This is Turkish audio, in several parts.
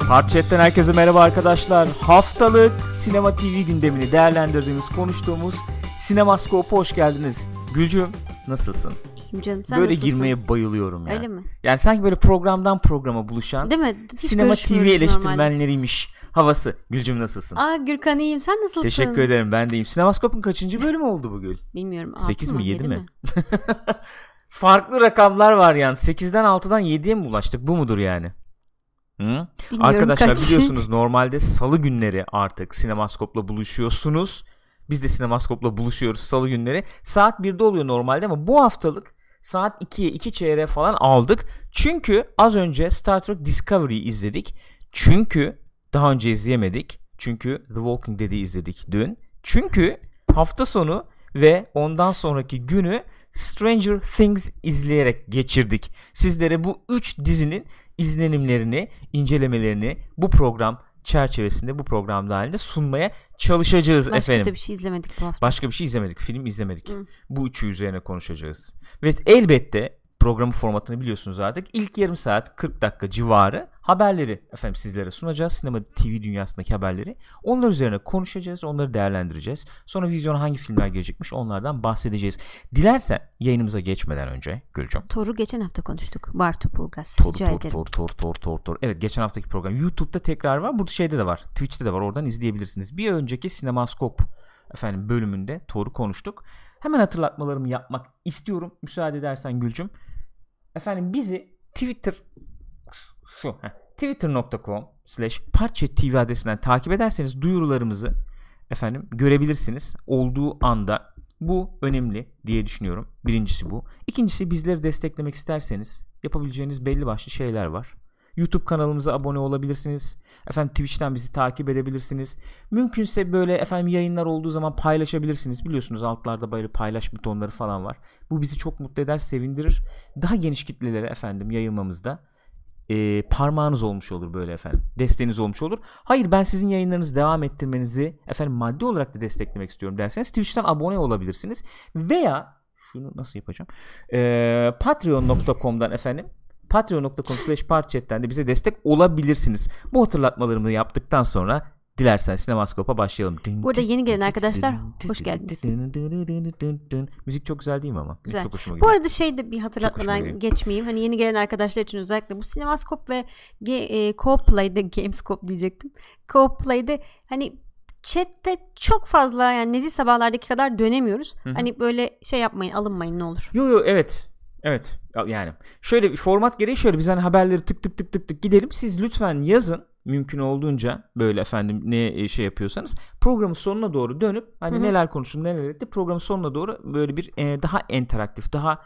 Parçetten herkese merhaba arkadaşlar. Haftalık sinema TV gündemini değerlendirdiğimiz, konuştuğumuz Sinemaskop'a hoş geldiniz. Gülcüm, nasılsın? İyiyim canım, sen böyle nasılsın? Girmeye bayılıyorum ya. Öyle mi? Yani sanki böyle programdan programa buluşan, değil mi? Hiç sinema TV eleştirmenleriymiş normalde. havası. Gülcüm, nasılsın? Gürkan, iyiyim, sen nasılsın? Teşekkür ederim, ben de iyiyim. Sinemaskop'un kaçıncı bölümü oldu bu Gül? Bilmiyorum. 8 mi 7 mi? mi? Farklı rakamlar var yani. 8'den 6'dan 7'ye mi ulaştık? Bu mudur yani? Arkadaşlar kaç. biliyorsunuz normalde salı günleri artık Sinemaskop'la buluşuyorsunuz. Biz de Sinemaskop'la buluşuyoruz salı günleri. Saat 1'de oluyor normalde ama bu haftalık saat 2'ye 2 çeyreğe falan aldık. Çünkü az önce Star Trek Discovery'yi izledik. Çünkü daha önce izleyemedik. Çünkü The Walking Dead'i izledik dün. Çünkü hafta sonu ve ondan sonraki günü Stranger Things izleyerek geçirdik. Sizlere bu 3 dizinin izlenimlerini, incelemelerini bu program çerçevesinde, bu program dahilinde sunmaya çalışacağız efendim. Başka da bir şey izlemedik bu hafta. Başka bir şey izlemedik, film izlemedik. Bu üçü üzerine konuşacağız. Ve elbette programın formatını biliyorsunuz artık. İlk yarım saat 40 dakika civarı haberleri efendim sizlere sunacağız. Sinema TV dünyasındaki haberleri. Onlar üzerine konuşacağız, onları değerlendireceğiz. Sonra vizyona hangi filmler gelecekmiş onlardan bahsedeceğiz. Dilersen yayınımıza geçmeden önce Gülcüm. Thor'u geçen hafta konuştuk. Bartopulgas. Thor. Evet, geçen haftaki program. YouTube'da tekrar var. Burada şeyde de var. Twitch'te de var. Oradan izleyebilirsiniz. Bir önceki Sinemaskop efendim bölümünde Thor'u konuştuk. Hemen hatırlatmalarımı yapmak istiyorum. Müsaade edersen Gülcüm. Efendim bizi twitter.com/parçetv adresinden takip ederseniz duyurularımızı efendim görebilirsiniz. Olduğu anda bu önemli diye düşünüyorum. Birincisi bu. İkincisi, bizleri desteklemek isterseniz yapabileceğiniz belli başlı şeyler var. YouTube kanalımıza abone olabilirsiniz. Efendim Twitch'ten bizi takip edebilirsiniz. Mümkünse böyle efendim yayınlar olduğu zaman paylaşabilirsiniz. Biliyorsunuz altlarda böyle paylaş butonları falan var. Bu bizi çok mutlu eder, sevindirir. Daha geniş kitlelere efendim yayılmamızda parmağınız olmuş olur böyle efendim. Desteğiniz olmuş olur. Hayır, ben sizin yayınlarınızı devam ettirmenizi efendim maddi olarak da desteklemek istiyorum derseniz Twitch'ten abone olabilirsiniz. Veya şunu nasıl yapacağım? Patreon.com'dan efendim patreon.com/parchat'ten de bize destek olabilirsiniz. Bu hatırlatmalarımı yaptıktan sonra dilersen Sinemaskop'a başlayalım. Burada yeni gelen arkadaşlar hoş geldiniz. Müzik çok güzel değil mi ama? Güzel. Çok hoşuma Bu gidiyor. arada şey de bir hatırlatmadan geçmeyeyim. Hani yeni gelen arkadaşlar için özellikle bu Sinemaskop ve Co-Play'de Gamescop diyecektim. Co-Play'de hani chatte çok fazla yani nezih sabahlardaki kadar dönemiyoruz. Hı-hı. Hani böyle şey yapmayın, alınmayın ne olur. Yo evet. Evet, yani şöyle bir format gereği şöyle biz hani haberleri tık tık gidelim. Siz lütfen yazın mümkün olduğunca böyle efendim ne şey yapıyorsanız programın sonuna doğru dönüp hani neler konuşuldu neler etti programın sonuna doğru böyle bir daha interaktif, daha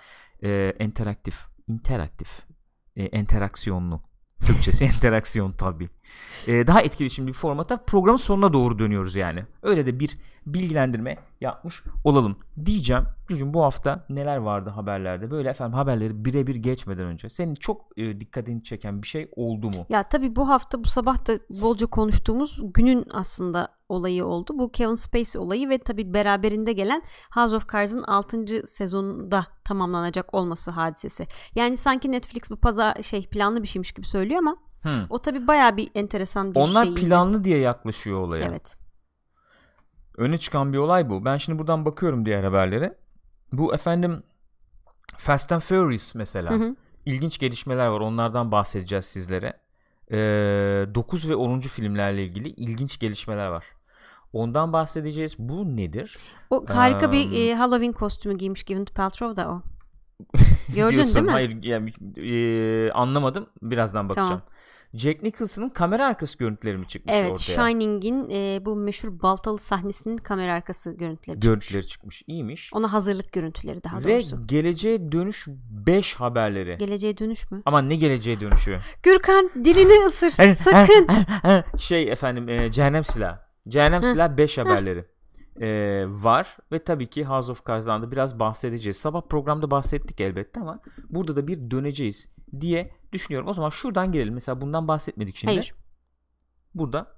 enteraksiyonlu. Türkçesi interaksiyon tabii. Daha etkileşimli bir formata programın sonuna doğru dönüyoruz yani. Öyle de bir bilgilendirme yapmış olalım diyeceğim. Çünkü bu hafta neler vardı haberlerde? Böyle efendim haberleri birebir geçmeden önce senin çok dikkatini çeken bir şey oldu mu? Ya tabii bu hafta bu sabah da bolca konuştuğumuz günün aslında olayı oldu. Bu Kevin Spacey olayı ve tabii beraberinde gelen House of Cards'ın 6. sezonunda tamamlanacak olması hadisesi. Yani sanki Netflix bu planlı bir şeymiş gibi söylüyor ama o tabii bayağı bir enteresan bir şey. Onlar planlı diye yaklaşıyor olaya. Evet. Öne çıkan bir olay bu. Ben şimdi buradan bakıyorum diğer haberlere. Bu efendim Fast and Furious mesela. İlginç gelişmeler var. Onlardan bahsedeceğiz sizlere. 9 ve 10. filmlerle ilgili ilginç gelişmeler var. Ondan bahsedeceğiz. Bu nedir? O harika bir Halloween kostümü giymiş Gwyneth Paltrow da o. Gördün diyorsun, değil mi? Hayır yani, anlamadım. Birazdan bakacağım. Tamam. Jack Nicholson'ın kamera arkası görüntüleri mi çıkmış ortaya? Evet, Shining'in bu meşhur baltalı sahnesinin kamera arkası görüntüleri çıkmış. İyiymiş. Ona hazırlık görüntüleri daha doğrusu. Ve Geleceğe Dönüş 5 haberleri. Geleceğe Dönüş mü? Ama ne Geleceğe Dönüşü? Gürkan dilini ısır sakın. Efendim Cehennem Silahı. Cehennem Silahı 5 haberleri. Var ve tabii ki House of Cards'dan da biraz bahsedeceğiz. Sabah programda bahsettik elbette ama burada da bir döneceğiz diye düşünüyorum. O zaman şuradan gelelim. Mesela bundan bahsetmedik şimdi. Hayır. Burada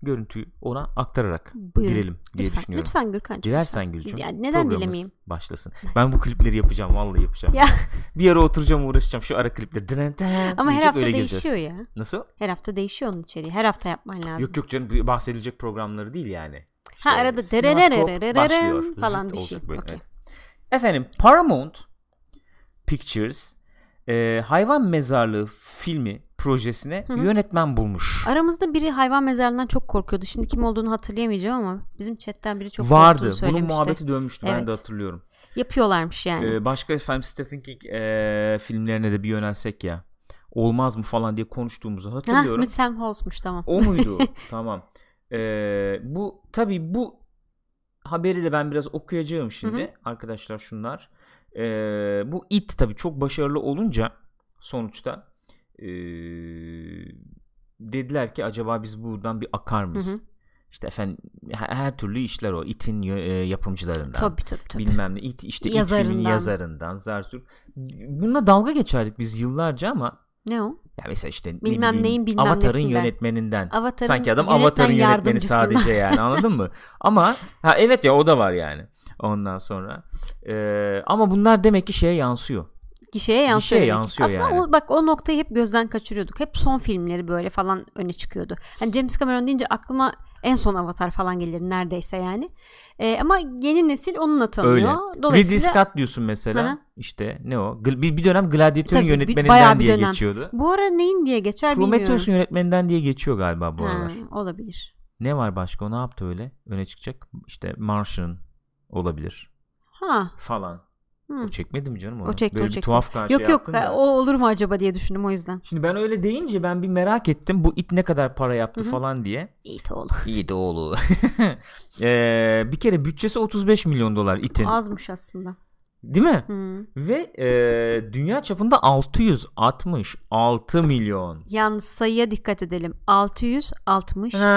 görüntüyü ona aktararak Buyurun. girelim diye düşünüyorum. Lütfen Gürkan'cığım. Dilersen Gülcüm. Yani neden dilemeyeyim? Başlasın. Ben bu klipleri yapacağım. Vallahi yapacağım. Ya. Bir ara oturacağım, uğraşacağım. Şu ara klipleri. Ama her hafta değişiyor ya. Nasıl? Her hafta değişiyor onun içeriği. Her hafta yapman lazım. Yok canım, bahsedilecek programları değil yani. İşte arada başlıyor falan bir şey. Okay. Evet. Efendim Paramount Pictures hayvan mezarlığı filmi projesine yönetmen bulmuş. Aramızda biri hayvan mezarlığından çok korkuyordu. Şimdi kim olduğunu hatırlayamayacağım ama bizim chatten biri çok vardı. Korktuğunu söylemişti. Bunun muhabbeti dönmüştü. Evet. Ben de hatırlıyorum. Yapıyorlarmış yani. Başka efendim Stephen King filmlerine de bir yönelsek ya. Olmaz mı falan diye konuştuğumuzu hatırlıyorum. Sam Halls'muş, tamam. O muydu? Tamam. Bu tabii bu haberi de ben biraz okuyacağım şimdi. Arkadaşlar şunlar. Bu It tabii çok başarılı olunca sonuçta dediler ki acaba biz buradan bir akar mıyız? İşte efendim her türlü işler o. It'in yapımcılarından. Tabii. Bilmem ne. İşte It filmin yazarından. Zarsur. Bununla dalga geçerdik biz yıllarca ama ne o? Ya mesela işte bilmem neyin Avatar'ın yönetmeninden. Sanki adam Avatar'ın yönetmeni sadece yani, anladın mı? Ama evet ya, o da var yani. Ondan sonra ama bunlar demek ki şeye yansıyor. Gişeye yansıyor aslında yani. Bak o noktayı hep gözden kaçırıyorduk. Hep son filmleri böyle falan öne çıkıyordu. Hani James Cameron deyince aklıma en son Avatar falan gelir neredeyse yani. Ama yeni nesil onunla tanıyor. Öyle. Ridley Scott diyorsun mesela. Hı-hı. İşte ne o? Bir dönem Gladiator'ın yönetmeninden diye geçiyordu. Bu ara neyin diye geçer bilmiyorum. Prometheus'un yönetmeninden diye geçiyor galiba bu aralar. Olabilir. Ne var başka? O ne yaptı öyle? Öne çıkacak. İşte Martian olabilir. Falan. O çekmedi mi canım onu? O çekti. Bir tuhaf karşı yok o olur mu acaba diye düşündüm o yüzden. Şimdi ben öyle deyince ben bir merak ettim. Bu It ne kadar para yaptı falan diye. İtoğlu. Bir kere bütçesi 35 milyon dolar It'in. Azmış aslında. Değil mi? Ve dünya çapında 666 milyon. Yalnız sayıya dikkat edelim. 666.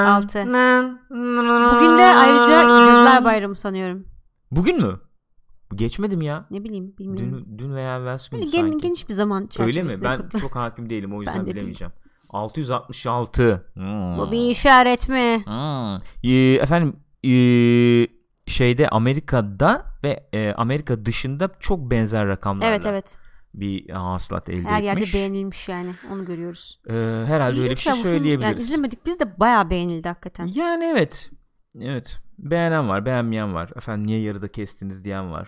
Bugün de ayrıca Cadılar Bayramı sanıyorum. Bugün mü? Geçmedim ya. Ne bileyim, bilmiyorum. Dün veya evvelsi gün sanki. Geniş bir zaman çerçevesinde. Öyle mi? Ben çok hakim değilim, o yüzden bilemeyeceğim. 666. Bu bir işaret mi? Efendim şeyde Amerika'da ve Amerika dışında çok benzer rakamlarla. Evet. Bir hasılat elde etmiş. Her yerde beğenilmiş yani. Onu görüyoruz. Herhalde İlginç öyle bir şey söyleyebiliriz. Yani izlemedik biz de bayağı beğenildi hakikaten. Yani evet. Evet. Beğenen var, beğenmeyen var. Efendim niye yarıda kestiniz diyen var.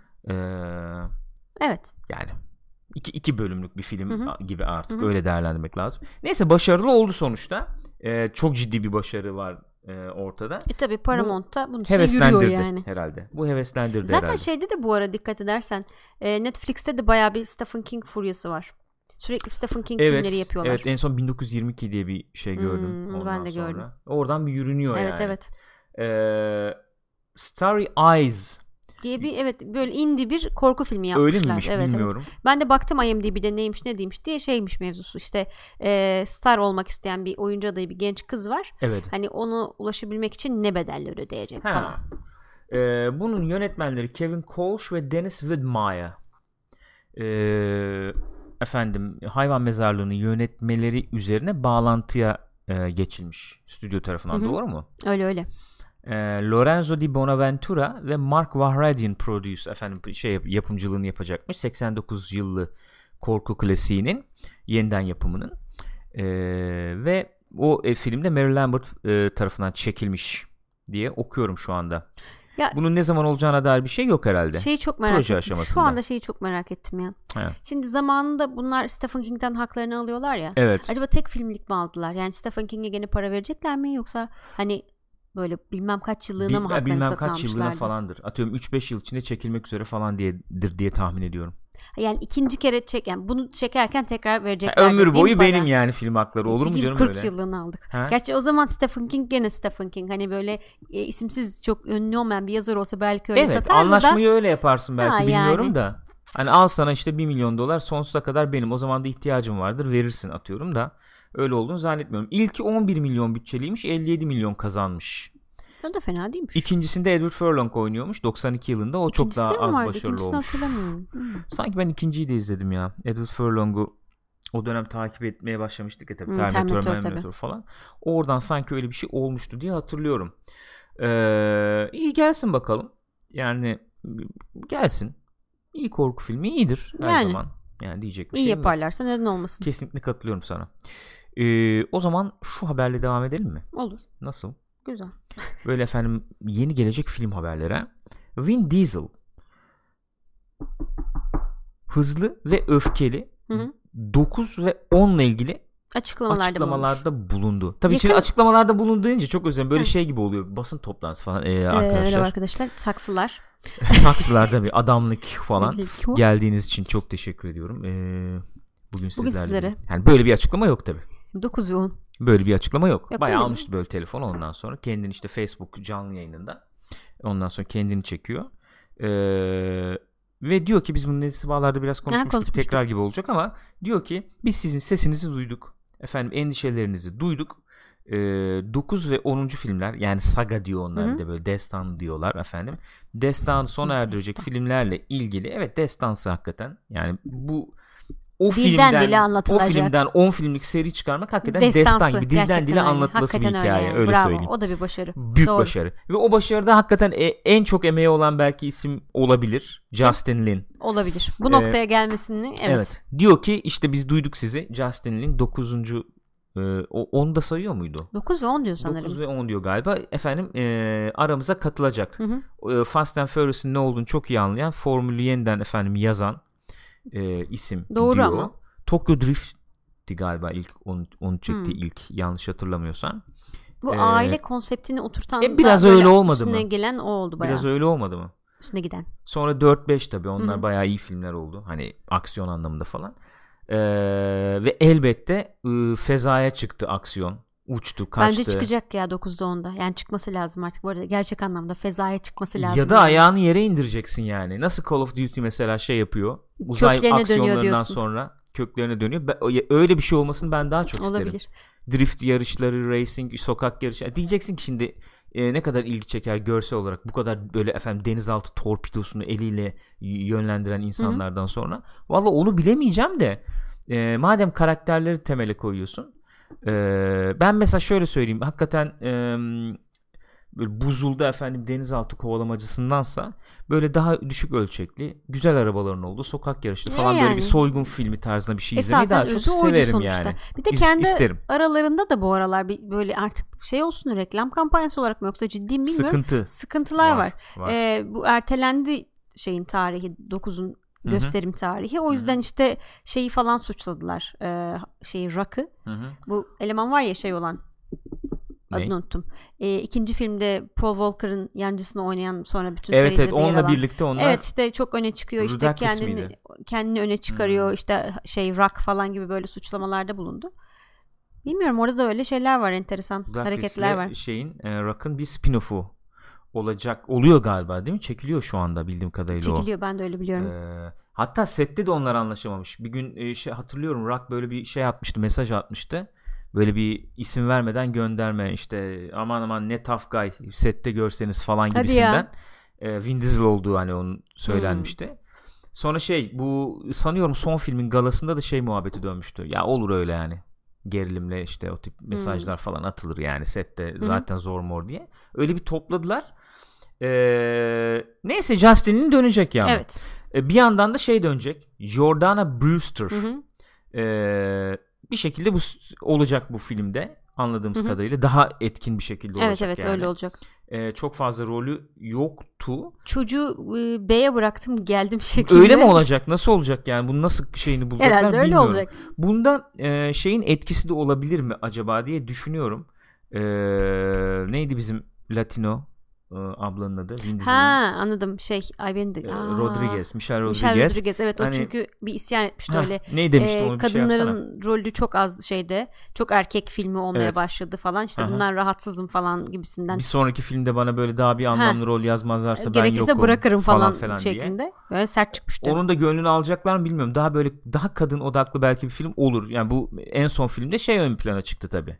Evet. Yani iki bölümlük bir film gibi artık öyle değerlendirmek lazım. Neyse, başarılı oldu sonuçta. Çok ciddi bir başarı var ortada. Tabii Paramount'ta bunu yürüyor yani. Herhalde. Bu heveslendirdi zaten herhalde. Şeyde de bu ara dikkat edersen Netflix'te de bayağı bir Stephen King furyası var. Sürekli Stephen King filmleri yapıyorlar. Evet, en son 1922 diye bir şey gördüm. Ben de gördüm. Oradan bir yürünüyor yani. Evet. Starry Eyes diye bir böyle indie bir korku filmi yapmışlar. Öyle miymiş, bilmiyorum. Evet. Ben de baktım IMDb'de neymiş ne değilmiş diye, şeymiş mevzusu. İşte star olmak isteyen bir oyuncu adayı bir genç kız var. Evet. Hani onu ulaşabilmek için ne bedeller ödeyecek falan. Bunun yönetmenleri Kevin Kolsch ve Dennis Widmeyer. Efendim hayvan mezarlığını yönetmeleri üzerine bağlantıya geçilmiş stüdyo tarafından. Doğru mu? Öyle. Lorenzo Di Bonaventura ve Mark Vahradian yapımcılığını yapacakmış. 89 yıllı korku klasiğinin yeniden yapımının. Ve o filmde Mary Lambert tarafından çekilmiş diye okuyorum şu anda. Ya, bunun ne zaman olacağına dair bir şey yok herhalde. Şeyi çok merak ettim. Şu anda şeyi çok merak ettim ya. Şimdi zamanında bunlar Stephen King'den haklarını alıyorlar ya. Evet. Acaba tek filmlik mi aldılar? Yani Stephen King'e gene para verecekler mi, yoksa hani böyle bilmem kaç yıllığına mı haklarını satın almışlardı? Bilmem kaç yıllığına falandır. Atıyorum 3-5 yıl içinde çekilmek üzere falan diye tahmin ediyorum. Yani ikinci kere yani bunu çekerken tekrar verecekler. Ömür boyu benim yani film hakları, olur mu canım 40 öyle? 40 yıllığını aldık. Gerçi o zaman Stephen King gene Stephen King. Hani böyle isimsiz, çok ünlü olmayan bir yazar olsa belki öyle satardı da. Evet, anlaşmayı öyle yaparsın belki, bilmiyorum yani. Da. Hani al sana işte $1 milyon sonsuza kadar benim. O zaman da ihtiyacım vardır, verirsin atıyorum da. Öyle olduğunu zannetmiyorum. İlki 11 milyon bütçeliymiş, 57 milyon kazanmış. O da fena değilmiş. İkincisinde Edward Furlong oynuyormuş 92 yılında. O çok daha az başarılı olmuş. İkincisini hatırlamıyorum. Sanki ben ikinciyi de izledim ya. Edward Furlong'u O dönem takip etmeye başlamıştık ya tabii. Terminator falan. Oradan sanki öyle bir şey olmuştu diye hatırlıyorum. İyi gelsin bakalım. Yani gelsin. İyi korku filmi iyidir her zaman. Yani diyecek bir şey İyi yaparlarsa neden olmasın? Kesinlikle katılıyorum sana. O zaman şu haberle devam edelim mi? Olur. Nasıl? Güzel. Böyle efendim yeni gelecek film haberleri. Vin Diesel Hızlı ve Öfkeli 9 ve 10 ile ilgili açıklamalarda bulundu. Tabii şimdi açıklamalarda bulunduğunca çok özür dilerim. Böyle şey gibi oluyor. Basın toplantısı falan arkadaşlar. Merhaba arkadaşlar. Saksılar. Saksılarda bir adamlık falan. Geldiğiniz için çok teşekkür ediyorum. Bugün sizlere. Yani böyle bir açıklama yok tabii. 9 ve 10. Böyle bir açıklama yok. Bayağı almıştı böyle telefon, ondan sonra kendini işte Facebook canlı yayınında. Ondan sonra kendini çekiyor. Ve diyor ki biz bunun nesibalarda biraz konuşmuştuk. Tekrar gibi olacak ama diyor ki biz sizin sesinizi duyduk. Efendim endişelerinizi duyduk. 9 ve 10. filmler, yani saga diyor onlar, bir de böyle destan diyorlar efendim. Destanı sona erdirecek filmlerle ilgili, evet destansı hakikaten. Yani bu o filmden 10 filmlik seri çıkarmak hakikaten destan gibi. Dilden dile anlatılası bir hikaye. Öyle bravo, söyleyeyim. O da bir başarı. Büyük başarı. Ve o başarıda hakikaten en çok emeği olan belki isim olabilir. Justin Lin. Olabilir. Bu noktaya gelmesini evet. Diyor ki işte biz duyduk sizi. Justin Lin 9. 10'u da sayıyor muydu? 9 ve 10 diyor sanırım. 9 ve 10 diyor galiba. Efendim aramıza katılacak. Fast and Furious'ın ne olduğunu çok iyi anlayan, formülü yeniden efendim yazan isim. Doğru diyor. ama. Tokyo Drift'ti galiba ilk onu çektiği ilk, yanlış hatırlamıyorsam. Bu aile konseptini oturtan biraz öyle olmadı mı? Üstüne gelen o oldu bayağı. Biraz öyle olmadı mı? Üstüne giden. Sonra 4-5 tabii onlar bayağı iyi filmler oldu. Hani aksiyon anlamında falan. Ve elbette fezaya çıktı aksiyon. Uçtu, kaçtı. Bence çıkacak ya 9'da 10'da. Yani çıkması lazım artık. Bu arada gerçek anlamda fezaya çıkması lazım. Ya da ayağını yere indireceksin yani. Nasıl Call of Duty mesela şey yapıyor. Uzay köklerine aksiyonlarından sonra köklerine dönüyor. Öyle bir şey olmasını ben daha çok isterim. Olabilir. Drift yarışları, racing, sokak yarışı. Diyeceksin ki şimdi ne kadar ilgi çeker görsel olarak bu kadar böyle efendim denizaltı torpidosunu eliyle yönlendiren insanlardan sonra. Vallahi onu bilemeyeceğim de madem karakterleri temele koyuyorsun, ben mesela şöyle söyleyeyim, hakikaten böyle buzulda efendim denizaltı kovalamacısındansa böyle daha düşük ölçekli güzel arabaların olduğu sokak yarışları falan, böyle bir soygun filmi tarzında bir şey izlemeyi daha çok severim yani. Bir de kendi aralarında da bu aralar böyle artık şey olsun, reklam kampanyası olarak mı yoksa ciddi mi bilmiyorum. Sıkıntılar var. Bu ertelendi şeyin tarihi, 9'un gösterim tarihi. O yüzden işte şeyi falan suçladılar. Rock'ı. Bu eleman var ya şey olan. Adını unuttum. İkinci filmde Paul Walker'ın yancısını oynayan, sonra bütün seride evet onunla birlikte onlar. Evet işte çok öne çıkıyor, işte kendini öne çıkarıyor, işte Rock falan gibi böyle suçlamalarda bulundu. Bilmiyorum, orada da öyle şeyler var, enteresan hareketler var. Rock'ın bir spin-off'u oluyor galiba değil mi? Çekiliyor şu anda bildiğim kadarıyla. Çekiliyor, ben de öyle biliyorum. Hatta sette de onlar anlaşamamış. Bir gün hatırlıyorum, Rock böyle bir şey atmıştı, mesaj atmıştı. Böyle bir isim vermeden gönderme, işte aman ne tough guy sette görseniz falan gibisinden. Vin Diesel olduğu hani onun söylenmişti. Sonra bu sanıyorum son filmin galasında da muhabbeti dönmüştü. Ya olur öyle yani. Gerilimle işte o tip mesajlar falan atılır yani sette, zaten zor mor diye. Öyle bir topladılar. Neyse, Justin'in dönecek yani. Evet. Bir yandan da dönecek. Jordana Brewster. Bir şekilde bu olacak bu filmde, anladığımız kadarıyla daha etkin bir şekilde olacak. Evet yani. Öyle olacak. Çok fazla rolü yoktu. Çocuğu B'ye bıraktım geldim şeklinde. Öyle mi olacak? Nasıl olacak yani? Bunun nasıl şeyini bulacaklar herhalde öyle bilmiyorum. olacak. Bunda şeyin etkisi de olabilir mi acaba diye düşünüyorum. Neydi bizim Latino ablanın adı? Anladım. Michelle Rodriguez. Evet, o çünkü bir isyan etmişti öyle. Ne demişti onu, kadınların rolü çok az çok erkek filmi olmaya başladı falan. İşte bundan rahatsızım falan gibisinden. Bir sonraki filmde bana böyle daha bir anlamlı rol yazmazlarsa ben yokum. Gerekirse bırakırım falan şeklinde. Diye. Böyle sert çıkmıştı. Onun da gönlünü alacaklar mı bilmiyorum. Daha kadın odaklı belki bir film olur. Yani bu en son filmde ön plana çıktı tabii.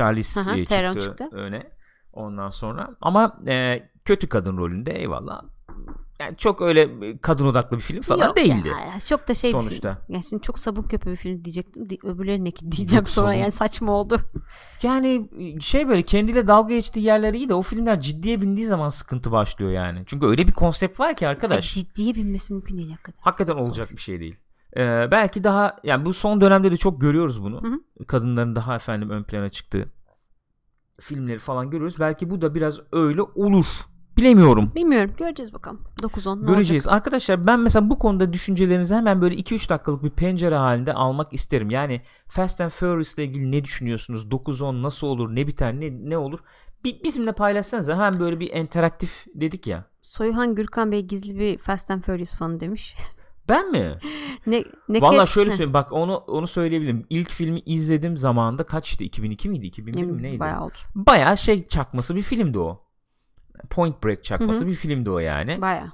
Charlize çıktı öne. Ondan sonra ama kötü kadın rolünde eyvallah. yani çok öyle kadın odaklı bir film falan Yok değildi. Ya, çok da şey sonuçta. Bir film. Yani şimdi çok sabun köpüğü bir film diyecektim. Öbürlerine diyeceğim çok sonra sabun. Yani saçma oldu. Yani böyle kendiyle dalga geçtiği yerler iyi de o filmler ciddiye bindiği zaman sıkıntı başlıyor yani. Çünkü öyle bir konsept var ki arkadaş. Ciddiye binmesi mümkün değil hakikaten. Hakikaten olacak bir şey değil. Belki daha yani bu son dönemde de çok görüyoruz bunu. Hı-hı. Kadınların daha ön plana çıktığı filmleri falan görüyoruz. Belki bu da biraz öyle olur. Bilmiyorum. Göreceğiz bakalım. 9-10 göreceğiz. Olacak? Arkadaşlar ben mesela bu konuda düşüncelerinizi hemen böyle 2-3 dakikalık bir pencere halinde almak isterim. Yani Fast and Furious ile ilgili ne düşünüyorsunuz? 9-10 nasıl olur? Ne biter? Ne olur? Bizimle paylaşsanız hemen böyle bir interaktif dedik ya. Soyhan Gürkan Bey gizli bir Fast and Furious fanı demiş. Ben mi? Vallahi şöyle söyleyeyim. Bak onu söyleyebilirim. İlk filmi izlediğim zamanda kaçtı? 2002 miydi? 2001 mi neydi? Bayağı oldu. Bayağı çakması bir filmdi o. Point Break çakması bir filmdi o yani. Bayağı.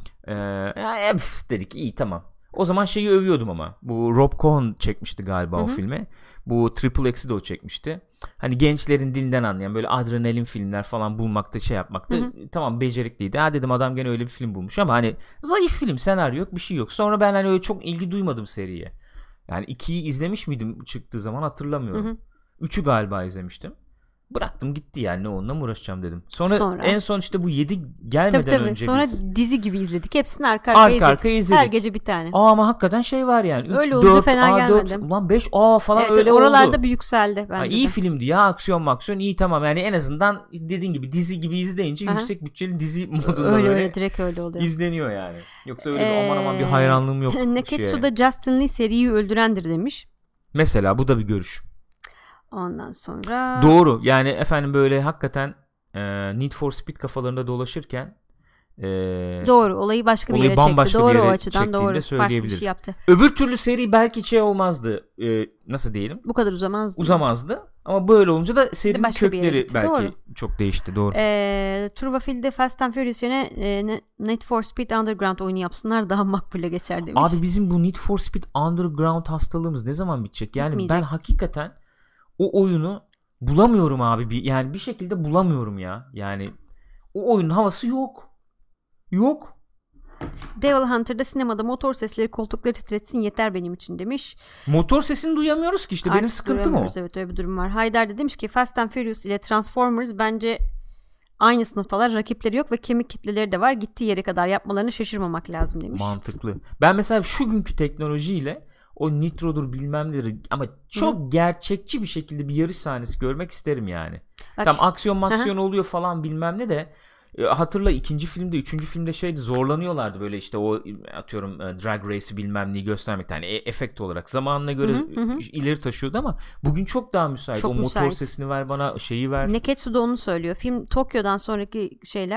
Dedik iyi tamam. O zaman şeyi övüyordum ama. Bu Rob Cohen çekmişti galiba o filmi. Bu Triple X'i de o çekmişti. Hani gençlerin dilinden anlayan böyle adrenalin filmler falan bulmakta yapmakta tamam becerikliydi. Dedim adam gene öyle bir film bulmuş ama hani zayıf film, senaryo yok, bir şey yok. Sonra ben hani öyle çok ilgi duymadım seriye. Yani 2'yi izlemiş miydim çıktığı zaman hatırlamıyorum. 3'ü galiba izlemiştim. Bıraktım gitti yani, ne onunla mı uğraşacağım dedim. Sonra en son işte bu 7 gelmeden tabii. önce sonra biz dizi gibi izledik. Hepsini arka arkaya izledik. Her gece bir tane. Ama hakikaten var yani. 3, öyle olunca 4, fena gelmedi. Ulan 5 falan öyle oralarda oldu. Bir yükseldi bence. İyi filmdi ya, aksiyon iyi tamam. Yani en azından dediğin gibi dizi gibi izleyince yüksek bütçeli dizi modunda öyle direkt öyle oluyor. İzleniyor yani. Yoksa öyle bir aman bir hayranlığım yok. Neketsu'da Justin Lee seriyi öldürendir demiş. Mesela bu da bir görüş. Ondan sonra doğru yani böyle hakikaten Need for Speed kafalarında dolaşırken doğru, olayı başka bir yere çekti. Doğru, o açıdan doğru. Farklı bir şey yaptı. Öbür türlü seri belki olmazdı. Nasıl diyelim? Bu kadar uzamazdı. Ama böyle olunca da serinin kökleri belki doğru. çok değişti. Doğru. Turvafield'de Fast and Furious yerine Need for Speed Underground oyunu yapsınlar, daha makbule geçer demiş. Abi bizim bu Need for Speed Underground hastalığımız ne zaman bitecek? Yani bitmeyecek. Ben hakikaten o oyunu bulamıyorum abi. Yani bir şekilde bulamıyorum ya. Yani o oyunun havası yok. Devil Hunter'da sinemada motor sesleri koltukları titretsin yeter benim için demiş. Motor sesini duyamıyoruz ki işte. Benim sıkıntım o. Evet, öyle bir durum var. Haydar da demiş ki Fast and Furious ile Transformers bence aynı sınıftalar, rakipleri yok ve kemik kitleleri de var. Gittiği yere kadar yapmalarını şaşırmamak lazım demiş. Mantıklı. Ben mesela şu günkü teknolojiyle o nitrodur bilmem nedir ama çok gerçekçi bir şekilde bir yarış sahnesi görmek isterim yani. Tam aksiyon oluyor falan bilmem ne de hatırla ikinci filmde, üçüncü filmde zorlanıyorlardı böyle işte o atıyorum drag race'i bilmem neyi göstermek. Yani efekt olarak zamanına göre ileri taşıyordu ama bugün çok daha müsait. Çok motor sesini ver bana, şeyi ver. Neketsu da onu söylüyor. Film Tokyo'dan sonraki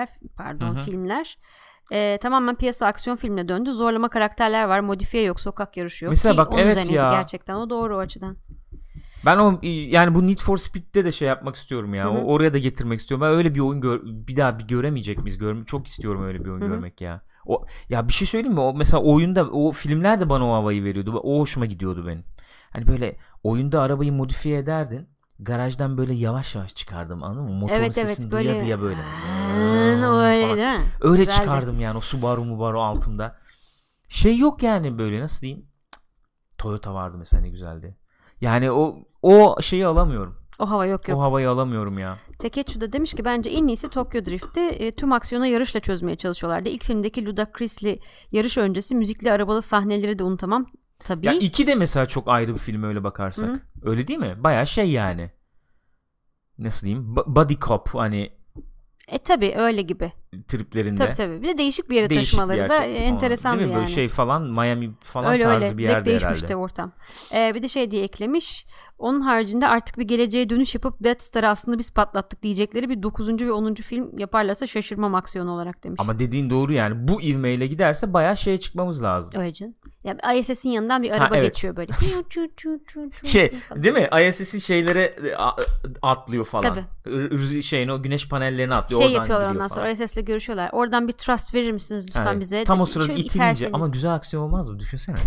filmler tamamen piyasa aksiyon filmine döndü. Zorlama karakterler var, modifiye yok, sokak yarışı yok. Mesela bak evet ya. Gerçekten o doğru o açıdan. Ben yani bu Need for Speed'de de yapmak istiyorum ya. Oraya da getirmek istiyorum. Ben öyle bir oyun bir daha göremeyecek miyiz? Çok istiyorum öyle bir oyun görmek ya. Ya bir şey söyleyeyim mi? O mesela oyunda o filmler de bana o havayı veriyordu. O hoşuma gidiyordu benim. Hani böyle oyunda arabayı modifiye ederdin. Garajdan böyle yavaş yavaş çıkardım, anladın mı? Motorun sesini duya diye böyle. Öyle değil mi? Öyle güzeldi. Çıkardım yani o Subaru altımda. Yok yani böyle nasıl diyeyim? Toyota vardı mesela, ne güzeldi. Yani o şeyi alamıyorum. O hava yok. O havayı alamıyorum ya. Teketsu da demiş ki bence en iyisi Tokyo Drift'i tüm aksiyonu yarışla çözmeye çalışıyorlardı. İlk filmdeki Ludacris'li yarış öncesi müzikli arabalı sahneleri de unutamam. Tabii. Ya 2 de mesela çok ayrı bir film öyle bakarsak. Hı-hı. Öyle değil mi? Bayağı yani. Nasıl diyeyim? Body cop hani. Tabii öyle gibi. Triplerinde. Tabii. Bir de değişik bir yere taşımaları da enteresandı yani. Böyle falan Miami falan öyle, tarzı bir yerde herhalde. Değişmişti ortam. Bir de diye eklemiş. Onun haricinde artık bir geleceğe dönüş yapıp Death Star'ı aslında biz patlattık diyecekleri bir 9. ve 10. film yaparlarsa şaşırmam aksiyonu olarak demiş. Ama dediğin doğru yani. Bu ivmeyle giderse bayağı çıkmamız lazım. Öyle canım. Ya ISS'in yanından bir araba geçiyor böyle. Değil mi? ISS'in şeylere atlıyor falan. Tabii. O güneş panellerine atlıyor. Oradan yapıyorlar ondan sonra ISS'le görüşüyorlar. Oradan bir trust verir misiniz lütfen bize? Tam o sırada itilince ama güzel aksiyon olmaz mı? Düşünsene.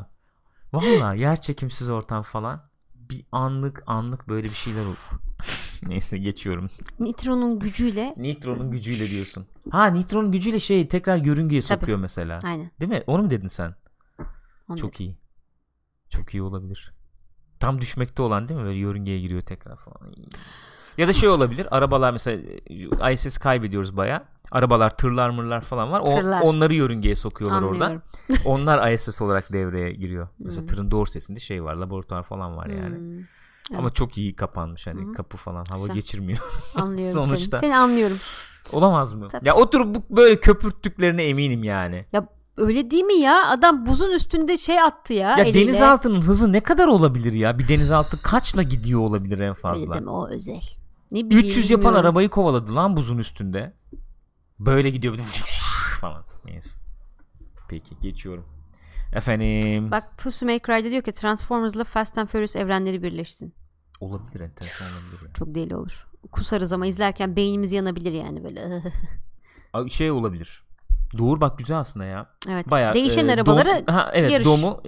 Vallahi yer çekimsiz ortam falan. Bir anlık böyle bir şeyler olur. Neyse geçiyorum. Nitronun gücüyle. Nitronun gücüyle diyorsun. Ha, Nitronun gücüyle tekrar yörüngeye sokuyor mesela. Aynen. Değil mi? Onu mu dedin sen? Onu Çok dedim. iyi. Çok iyi olabilir. Tam düşmekte olan değil mi? Böyle yörüngeye giriyor tekrar falan. Ya da olabilir. Arabalar mesela ISS kaybediyoruz bayağı. Arabalar, tırlar mırlar falan var. Onları yörüngeye sokuyorlar orada. Onlar ISS olarak devreye giriyor. Mesela tırın dorsesinde var. Laboratuvar falan var yani. Evet. Ama çok iyi kapanmış. Hani kapı falan hava geçirmiyor. Anlıyorum sonuçta. Seni anlıyorum. Olamaz mı? Tabii. Ya oturup böyle köpürttüklerine eminim yani. Ya öyle değil mi ya? Adam buzun üstünde attı ya eliyle. Denizaltının hızı ne kadar olabilir ya? Bir denizaltı kaçla gidiyor olabilir en fazla? Öyle deme, o özel. Ne bileyim, 300 yapan arabayı kovaladı lan buzun üstünde. Böyle gidiyor falan. Neyse. Peki geçiyorum. Efendim. Bak Pussy Make Ride'de diyor ki Transformers'la Fast and Furious evrenleri birleşsin. Olabilir, enteresan olabilir. Yani. Çok deli olur. Kusarız ama izlerken beynimiz yanabilir yani böyle. Olabilir. Doğru, bak güzel aslında ya. Evet. Bayağı, değişen arabaları evet, yarış. Dom'u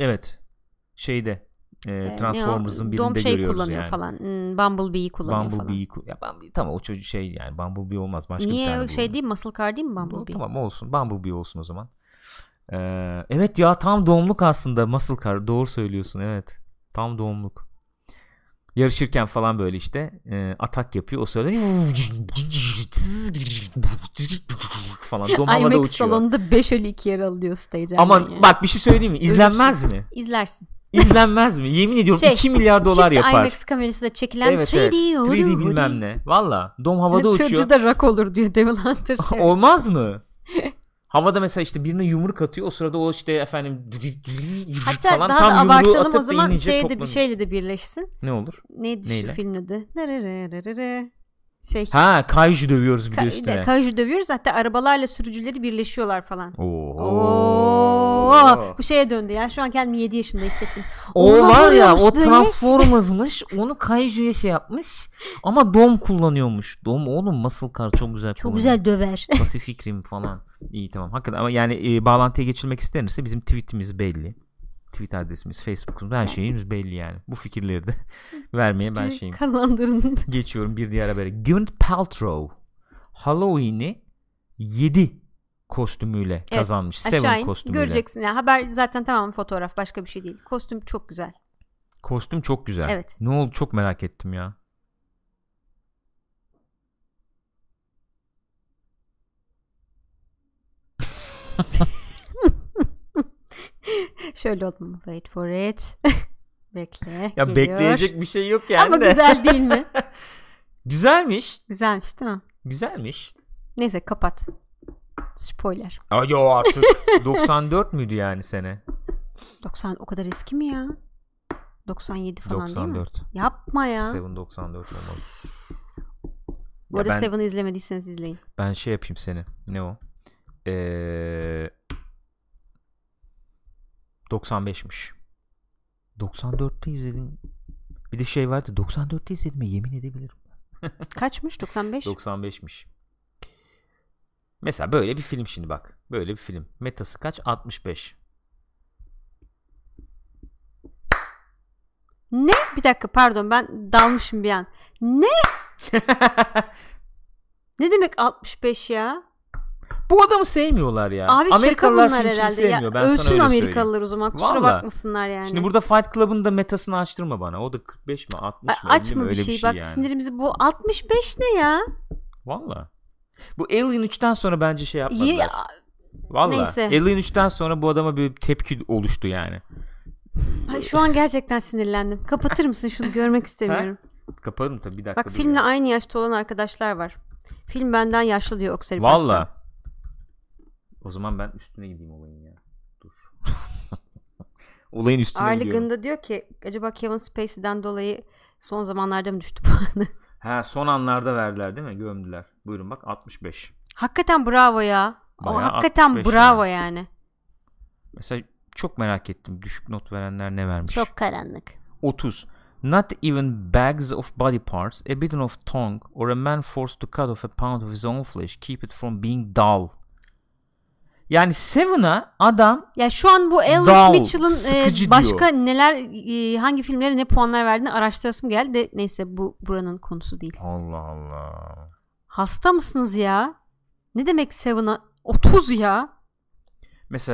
Transformers'ın birinde görüyoruz kullanıyor yani. Falan. Bumblebee'yi kullanıyor Bumblebee falan. Tamam, o çocuk yani Bumblebee olmaz. Başka niye bir tane değil Muscle Car değil mi Bumblebee? Tamam olsun. Bumblebee olsun o zaman. Evet ya, tam doğumluk aslında Muscle Car. Doğru söylüyorsun, evet. Tam doğumluk. Yarışırken falan böyle atak yapıyor. O sırada falan dom havada uçuyor. IMAX salonunda 5/2 yer alıyor stage. Aman yani. Bak bir şey söyleyeyim mi? İzlenmez mi? İzlersin. İzlenmez mi? Yemin ediyorum 2 milyar dolar yapar. IMAX kamerasıyla çekilen evet, 3D bilmem ne. Valla dom havada uçuyor. Tırcı da rock olur diyor Devil Hunter. Olmaz mı? Havada mesela birine yumruk atıyor. O sırada o efendim hatta falan daha tam da abartalım o zaman bir şeyle de birleşsin. Ne olur? Neydi şu filmin adı? Kaiju dövüyoruz bir de üstüne. Kaiju dövüyoruz, hatta arabalarla sürücüleri birleşiyorlar falan. Bu şeye döndü ya. Şu an kendimi 7 yaşında hissettim. O var ya, o Transformers'mış. Onu Kaiju'ya yapmış. Ama Dom kullanıyormuş. Dom oğlum, Muscle Car çok güzel. Çok güzel döver. Pacific Rim falan. İyi, tamam. Hakikaten ama yani bağlantıya geçilmek istenirse bizim tweetimiz belli. Tweet adresimiz, Facebook'umuz, her şeyimiz belli yani. Bu fikirleri de vermeye ben şeyim. Kazandırın. Geçiyorum bir diğer habere. Gwyneth Paltrow Halloween'i 7 kostümüyle kazanmış. Seven kostümüyle. Göreceksin ya. Haber zaten tamam, fotoğraf, başka bir şey değil. Kostüm çok güzel. Kostüm çok güzel. Evet. Ne oldu, çok merak ettim ya. Şöyle oldu mu? Wait for it. Bekle. Ya geliyor. Bekleyecek bir şey yok yani. Ama güzel değil mi? Güzelmiş. Güzelmiş değil mi? Güzelmiş. Neyse kapat. Spoiler. Yo artık. 94 müydü yani sene? 90 o kadar eski mi ya? 97 falan 94. Değil mi? Yapma ya. Seven 94 olmalı. Bu arada Seven'ı izlemediyseniz izleyin. Ben yapayım seni. Ne o? 95'miş. 94'te izledim. Bir de vardı. 94'te izledim, yemin edebilirim. Kaçmış? 95? 95'miş. Mesela böyle bir film şimdi bak. Böyle bir film. Metası kaç? 65. Ne? Bir dakika pardon, ben dalmışım bir an. Ne? Ne demek 65 ya? Bu adamı sevmiyorlar ya. Abi Amerikalılar şaka bunlar herhalde. Sevmiyor. Ben ölsün sana öyle Amerikalılar söyleyeyim. O zaman. Kusura bakmasınlar yani. Şimdi burada Fight Club'ın da metasını açtırma bana. O da 45 mi 60 mı? Açma öyle bir şey. Bak yani. Sinirimizi bu 65 ne ya? Valla. Bu Alien 3'ten sonra bence yapmadılar. Valla. Neyse. Alien 3'ten sonra bu adama bir tepki oluştu yani. Ay, şu an gerçekten sinirlendim. Kapatır mısın şunu, görmek istemiyorum. Kaparım tabii, bir dakika. Bak filmle aynı yaşta olan arkadaşlar var. Film benden yaşlı diyor Okseri. Valla. O zaman ben üstüne gideyim olayın ya. Dur. Olayın üstüne gidiyorum. Arligan'da diyor ki acaba Kevin Spacey'den dolayı son zamanlarda mı düştü puanı? Son anlarda verdiler değil mi? Gömdüler. Buyurun bak 65. Hakikaten bravo ya. Hakikaten bravo yani. Mesela çok merak ettim. Düşük not verenler ne vermiş? Çok karanlık. 30. Not even bags of body parts, a bit of tongue, or a man forced to cut off a pound of his own flesh keep it from being dull. Yani Seven'a adam ya şu an bu Alice Mitchell'ın başka neler hangi filmlere ne puanlar verdiğini araştırasım geldi de neyse bu buranın konusu değil. Allah Allah. Hasta mısınız ya? Ne demek Seven'a 30 ya? Mesela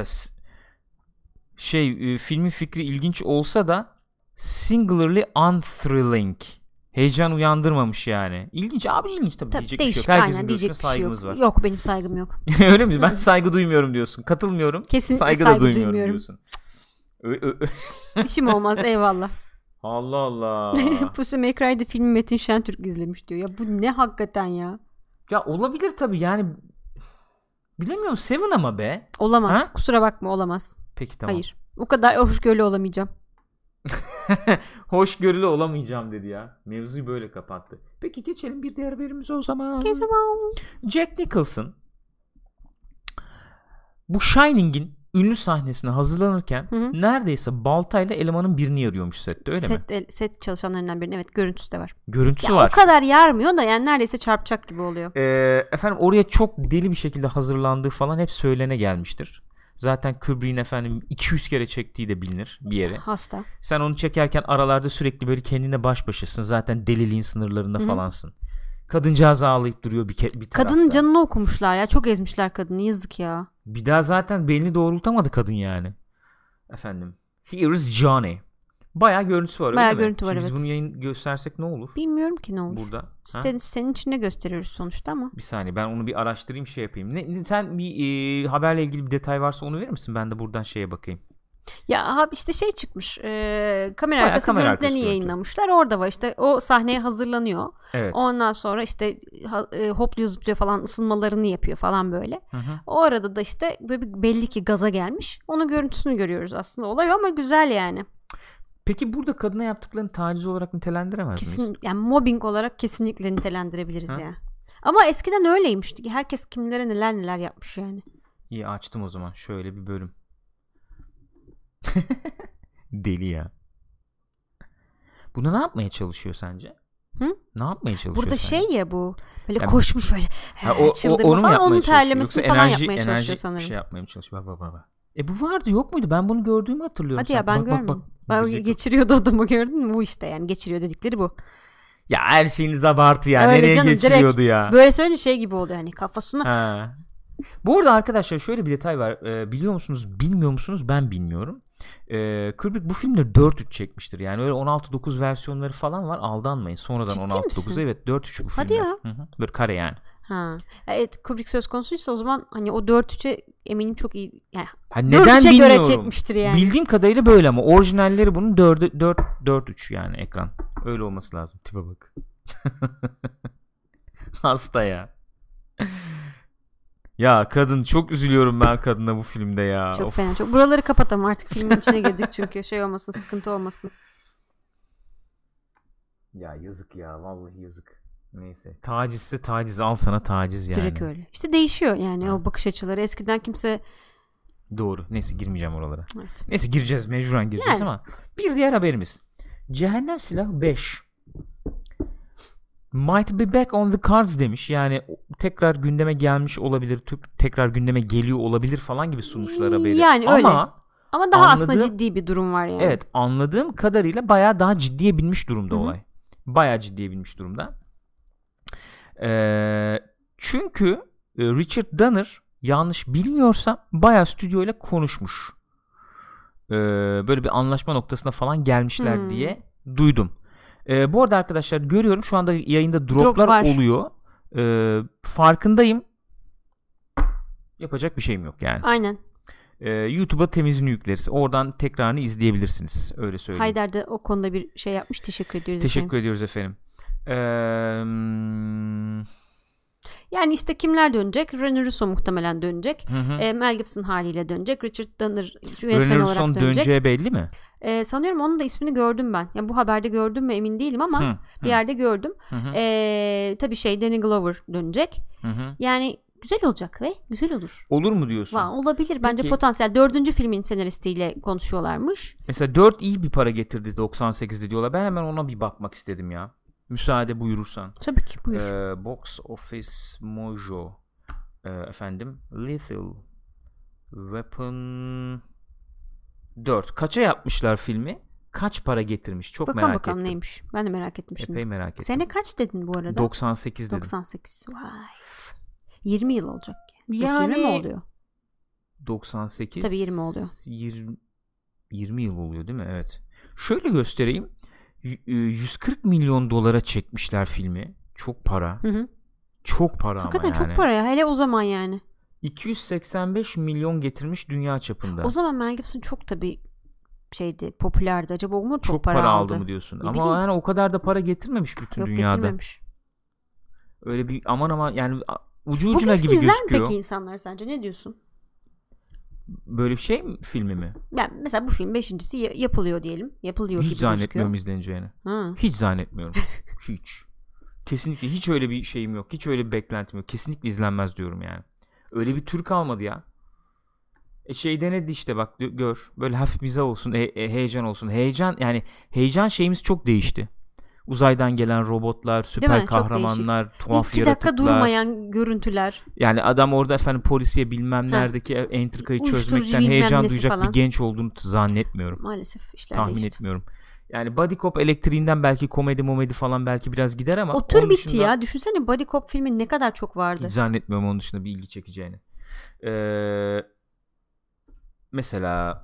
filmin fikri ilginç olsa da singularly unthrilling. Heyecan uyandırmamış yani. İlginç abi, ilginç tabii diyecek değişik, bir şey yok. Herkesin diyecek görüşüne saygımız var. Yok benim saygım yok. Öyle mi? Ben saygı duymuyorum diyorsun. Katılmıyorum. Kesinlikle saygı da duymuyorum diyorsun. İşim olmaz eyvallah. Allah Allah. Pussy May Cry'de filmi Metin Şentürk izlemiş diyor. Ya bu ne hakikaten ya? Ya olabilir tabii yani. Bilemiyorum, Seven ama be. Olamaz. Ha? Kusura bakma, olamaz. Peki tamam. Hayır. O kadar hoşgörülü olamayacağım. Hoşgörülü olamayacağım dedi ya. Mevzuyu böyle kapattı. Peki geçelim bir diğer haberimize o zaman. Jack Nicholson bu Shining'in ünlü sahnesine hazırlanırken neredeyse baltayla elemanın birini yarıyormuş sette, öyle mi? Set çalışanlarından birinin, evet, görüntüsü de var. Görüntüsü var. O kadar yarmıyor da yani neredeyse çarpacak gibi oluyor. Efendim oraya çok deli bir şekilde hazırlandığı falan hep söylene gelmiştir. Zaten Kubrick'in 200 kere çektiği de bilinir bir yere. Hasta. Sen onu çekerken aralarda sürekli böyle kendine baş başasın. Zaten deliliğin sınırlarında falansın. Kadıncağız ağlayıp duruyor bir tarafta. Kadının canını okumuşlar ya. Çok ezmişler kadını. Yazık ya. Bir daha zaten belini doğrultamadı kadın yani. Efendim. Here's Johnny. Bayağı görüntüsü var. Bayağı görüntü var, evet. Biz bunu yayın göstersek ne olur? Bilmiyorum ki ne olur. Burada. Senin içinde gösteriyoruz sonuçta ama. Bir saniye ben onu bir araştırayım, yapayım. Sen bir haberle ilgili bir detay varsa onu verir misin? Ben de buradan bakayım. Ya işte çıkmış. Kamera arkası görüntülerini yayınlamışlar. Orada var işte, o sahneye hazırlanıyor. Evet. Ondan sonra işte hopluyor zıplıyor falan, ısınmalarını yapıyor falan böyle. Hı. O arada da işte böyle belli ki gaza gelmiş. Onun görüntüsünü görüyoruz aslında. Olay ama güzel yani. Peki burada kadına yaptıklarını taciz olarak nitelendiremez miyiz? Yani mobbing olarak kesinlikle nitelendirebiliriz ya. Ama eskiden öyleymişti. Herkes kimlere neler yapmış yani. İyi, açtım o zaman şöyle bir bölüm. Deli ya. Bunu ne yapmaya çalışıyor sence? Ne yapmaya çalışıyor burada sence? Ya bu böyle koşmuş böyle çıldırma onu falan, onun terlemesini falan yapmaya çalışıyor sanırım. Bir şey yapmaya çalışıyor. Bak. Bu vardı, yok muydu? Ben bunu gördüğümü hatırlıyorum. Hadi ya, ben görmedim. Bak, geçiriyordu adamı, gördün mü? Bu işte yani geçiriyor dedikleri bu. Ya her şeyiniz abartı ya. Öyle nereye canım, geçiriyordu ya? Böyle söyleyince gibi oldu yani kafasına. Bu arada arkadaşlar şöyle bir detay var. Biliyor musunuz, bilmiyor musunuz? Ben bilmiyorum. Kubrick bu filmleri 4:3 çekmiştir. Yani öyle 16:9 versiyonları falan var. Aldanmayın. Sonradan 16:9, evet, 4:3 bu filmler. Hadi ya. Böyle kare yani. Evet, Kubrick söz konusuysa o zaman hani o 4:3'e eminim çok iyi. Yani neden bilmiyorum. Göre çekmiştir yani. Bildiğim kadarıyla böyle ama orijinalleri bunun 4:3 yani ekran. Öyle olması lazım. Tipe bak. Hasta ya. Ya kadın, çok üzülüyorum ben kadına bu filmde ya. Çok fena. Çok. Buraları kapatalım artık, filmin içine girdik çünkü olmasın, sıkıntı olmasın. Ya yazık ya, vallahi yazık. Neyse. Tacizse taciz, al sana taciz yani. Direkt öyle. İşte değişiyor yani o bakış açıları. Eskiden kimse... Doğru. Neyse, girmeyeceğim oralara. Evet. Neyse, gireceğiz, mecburen gireceğiz ama. Bir diğer haberimiz. Cehennem Silahı 5 might be back on the cards demiş. Yani tekrar gündeme gelmiş olabilir. Tekrar gündeme geliyor olabilir falan gibi sunmuşlar haberi. Yani öyle. Ama daha aslında ciddi bir durum var yani. Evet, anladığım kadarıyla bayağı daha ciddiye binmiş durumda olay. Bayağı ciddiye binmiş durumda. Çünkü Richard Donner, yanlış bilmiyorsam, bayağı stüdyoyla konuşmuş. Böyle bir anlaşma noktasına falan gelmişler diye duydum. Bu arada arkadaşlar, görüyorum şu anda yayında droplar oluyor. Farkındayım. Yapacak bir şeyim yok yani. Aynen. YouTube'a temizini yükleriz. Oradan tekrarını izleyebilirsiniz. Öyle söyleyeyim. Haydar da o konuda bir şey yapmış. Teşekkür ediyoruz. Teşekkür ediyoruz efendim. Yani işte kimler dönecek? Rene Russo muhtemelen dönecek. Mel Gibson haliyle dönecek. Richard Donner yönetmen olarak dönecek. Rene döneceği belli mi? Sanıyorum onun da ismini gördüm ben. Yani bu haberde gördüm mü emin değilim ama bir yerde gördüm. Tabii Danny Glover dönecek. Yani güzel olacak ve güzel olur. Olur mu diyorsun? Olabilir. Bence potansiyel. 4. filmin senaristiyle konuşuyorlarmış. Mesela 4 iyi bir para getirdi 98'de diyorlar. Ben hemen ona bir bakmak istedim ya. Müsaade buyurursan. Tabii ki, buyur. Box Office Mojo. Efendim, Lethal Weapon 4. Kaça yapmışlar filmi? Kaç para getirmiş? Çok bakalım merak ettim. Neymiş. Ben de merak ettim şimdi. Epey merak ettim. Sene kaç dedin bu arada? 98 dedim. 98. Vay. 20 yıl olacak. Yani 20 mi oluyor? 98. Tabii 20 oluyor. 20 yıl oluyor değil mi? Evet. Şöyle göstereyim. 140 milyon dolara çekmişler filmi. Çok para. Hı. Çok para hakikaten ama yani. çok para ya. Hele o zaman yani. 285 milyon getirmiş dünya çapında. O zaman Mel Gibson çok tabii popülerdi. Acaba o mu çok para aldı mı diyorsun? Ama bileyim. yani o kadar da para getirmemiş bütün Yok, dünyada. getirmemiş. Öyle bir aman yani ucu Bu ucuna gibi izler mi gözüküyor. peki insanlar sence? Ne diyorsun? Böyle bir şey mi, filmi mi? Yani mesela bu film 5.'si yapılıyor diyelim. Yapılıyor Hiç gibi zannetmiyorum gözüküyor. izleneceğini. Hı. Hiç zannetmiyorum. Hiç. Kesinlikle hiç öyle bir şeyim yok. Hiç öyle bir beklentim yok. Kesinlikle izlenmez diyorum yani. Öyle bir tür kalmadı ya. Denedi işte bak gör. Böyle hafif mizah olsun, heyecan olsun. Heyecan şeyimiz çok değişti. Uzaydan gelen robotlar, süper kahramanlar, tuhaf 2 yaratıklar. 2 dakika durmayan görüntüler. Yani adam orada polisiye bilmem neredeki entrikayı çözmekten heyecan duyacak falan. bir genç olduğunu zannetmiyorum. Maalesef işler tahmin değişti. etmiyorum. Yani Buddy Cop elektriğinden belki komedi falan belki biraz gider ama o tür bitti dışında, ya. Düşünsene Buddy Cop filmi ne kadar çok vardı. Hiç zannetmiyorum onun dışında bir ilgi çekeceğini. Mesela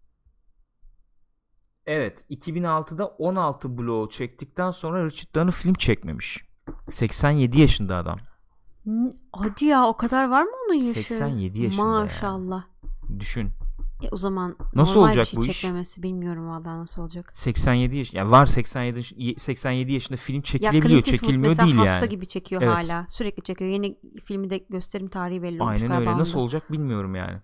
evet 2006'da 16 bloğu çektikten sonra Richard Donner film çekmemiş. 87 yaşında adam. Hadi ya, o kadar var mı onun yaşı? 87 yaşında. Maşallah. Yani. Düşün. O zaman nasıl normal olacak bir şey bu iş? çekmemesi bilmiyorum vallahi nasıl olacak. 87 yaş. Yani var 87 yaşında film çekilebiliyor, Clint Eastwood çekilmiyor değil yani. hasta gibi çekiyor evet. Hala. Sürekli çekiyor. Yeni filmi de gösterim tarihi belli olmuş galiba. galiba. Aynen öyle. Nasıl olacak bilmiyorum yani.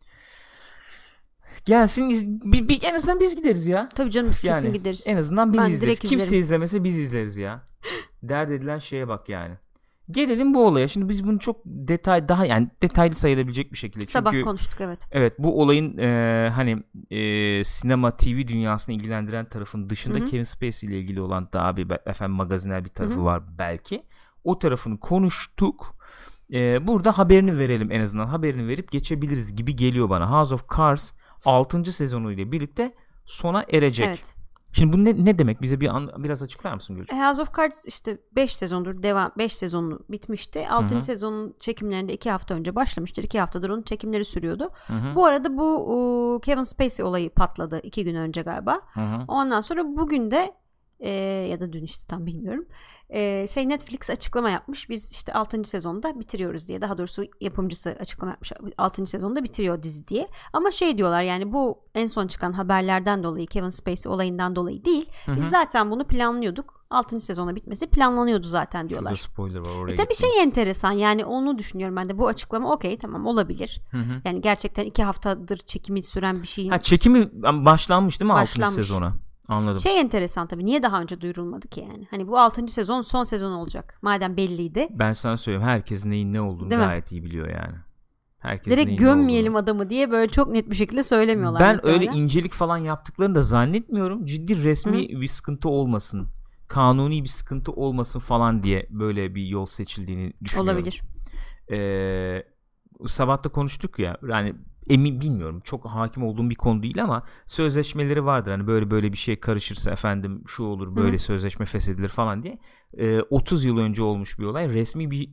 Gelsin en azından biz gideriz ya. Tabii canım biz kesin gideriz. En azından biz izleriz. Kimse izlemese biz izleriz ya. Dert edilen şeye bak yani. Gelelim bu olaya. Şimdi biz bunu çok detaylı sayılabilecek bir şekilde. Sabah konuştuk evet. Evet, bu olayın sinema TV dünyasını ilgilendiren tarafın dışında Hı-hı. Kevin Spacey ile ilgili olan daha bir magazinel bir tarafı Hı-hı. var belki. O tarafını konuştuk. Burada haberini verelim en azından. Haberini verip geçebiliriz gibi geliyor bana. House of Cards 6. sezonu ile birlikte sona erecek. Evet. Şimdi bu ne demek? Bize biraz açıklar mısın Gülcüm? House of Cards işte 5 sezondur 5 sezonu bitmişti. 6. sezonun çekimlerinde 2 hafta önce başlamıştır. 2 haftadır onun çekimleri sürüyordu. Hı-hı. Bu arada bu Kevin Spacey olayı patladı 2 gün önce galiba. Hı-hı. Ondan sonra bugün de ya da dün işte tam bilmiyorum. Netflix açıklama yapmış. Biz işte 6. sezonda bitiriyoruz diye. Daha doğrusu yapımcısı açıklama yapmış. 6. sezonda bitiriyor dizi diye. Ama diyorlar yani bu en son çıkan haberlerden dolayı, Kevin Spacey olayından dolayı değil. Hı-hı. Biz zaten bunu planlıyorduk. 6. sezona bitmesi planlanıyordu zaten diyorlar. Şurada spoiler var oraya. Tabii enteresan yani onu düşünüyorum ben de. Bu açıklama okey tamam olabilir. Hı-hı. Yani gerçekten 2 haftadır çekimi süren bir şeyin. Çekimi başlanmış değil mi 6. sezona? Anladım. Enteresan tabii. Niye daha önce duyurulmadı ki yani? Hani bu 6. sezon son sezon olacak. Madem belliydi. Ben sana söyleyeyim. Herkes neyin ne olduğunu değil gayet iyi biliyor yani. Herkes direkt gömmeyelim adamı diye böyle çok net bir şekilde söylemiyorlar. Ben öyle incelik falan yaptıklarını da zannetmiyorum. Ciddi resmi bir sıkıntı olmasın. Kanuni bir sıkıntı olmasın falan diye böyle bir yol seçildiğini düşünüyorum. Olabilir. Sabah da konuştuk ya. Yani bilmiyorum. Çok hakim olduğum bir konu değil ama sözleşmeleri vardır. Hani böyle bir şey karışırsa efendim şu olur böyle sözleşme feshedilir falan diye. 30 yıl önce olmuş bir olay. Resmi bir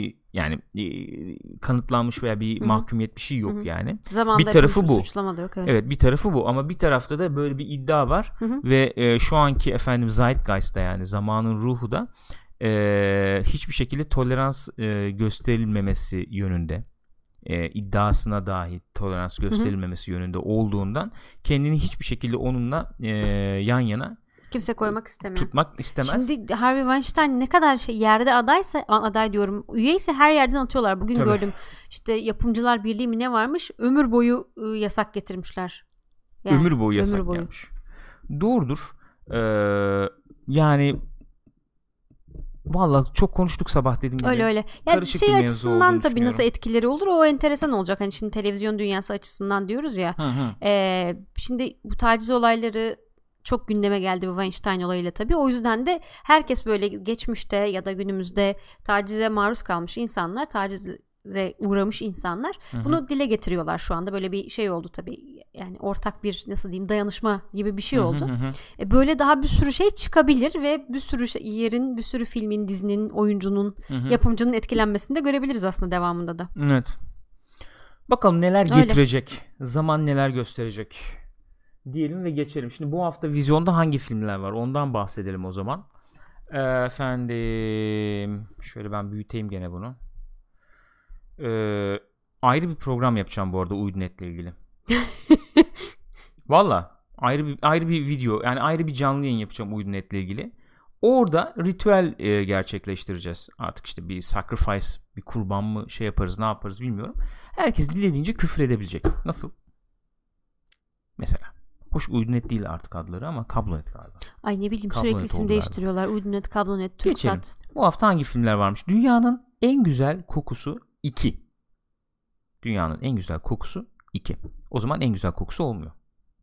kanıtlanmış veya bir mahkumiyet bir şey yok yani. Zamanında bir tarafı bu. Suçlama da yok. Evet bir tarafı bu ama bir tarafta da böyle bir iddia var ve şu anki Zeitgeist'ta yani zamanın ruhu da hiçbir şekilde tolerans gösterilmemesi yönünde. İddiasına dahi tolerans gösterilmemesi yönünde olduğundan kendini hiçbir şekilde onunla yan yana kimse koymak istemiyor. Tutmak istemez. Şimdi Harvey Weinstein ne kadar yerde aday diyorum, üyeyse her yerden atıyorlar. Bugün gördüm işte yapımcılar birliği mi ne varmış? Ömür boyu yasak getirmişler. Yani, ömür boyu yasak gelmiş. Doğrudur. Yani vallahi çok konuştuk sabah dediğim gibi. Öyle. Yani şey açısından tabii nasıl etkileri olur o enteresan olacak. Hani şimdi televizyon dünyası açısından diyoruz ya. Şimdi bu taciz olayları çok gündeme geldi bu Weinstein olayıyla tabii. O yüzden de herkes böyle geçmişte ya da günümüzde tacize maruz kalmış insanlar, taciz uğramış insanlar. Bunu dile getiriyorlar şu anda. Böyle bir şey oldu tabii. Yani ortak bir nasıl diyeyim dayanışma gibi bir şey oldu. Böyle daha bir sürü şey çıkabilir ve bir sürü yerin, bir sürü filmin, dizinin, oyuncunun, yapımcının etkilenmesini de görebiliriz aslında devamında da. Evet. Bakalım neler getirecek. Zaman neler gösterecek. Diyelim ve geçelim. Şimdi bu hafta vizyonda hangi filmler var? Ondan bahsedelim o zaman. Efendim şöyle ben büyüteyim gene bunu. Ayrı bir program yapacağım bu arada Uydunet'le ilgili. Valla ayrı bir video, yani ayrı bir canlı yayın yapacağım Uydunet'le ilgili. Orada ritüel gerçekleştireceğiz. Artık işte bir sacrifice, bir kurban mı şey yaparız, ne yaparız bilmiyorum. Herkes dilediğince küfür edebilecek. Nasıl? Mesela. Hoş Uydunet değil artık adları ama Kablonet galiba. Ay ne bileyim sürekli isim değiştiriyorlar. Uydunet, Kablonet, Türksat. Bu hafta hangi filmler varmış? Dünyanın en güzel kokusu 2. Dünyanın en güzel kokusu 2. O zaman en güzel kokusu olmuyor.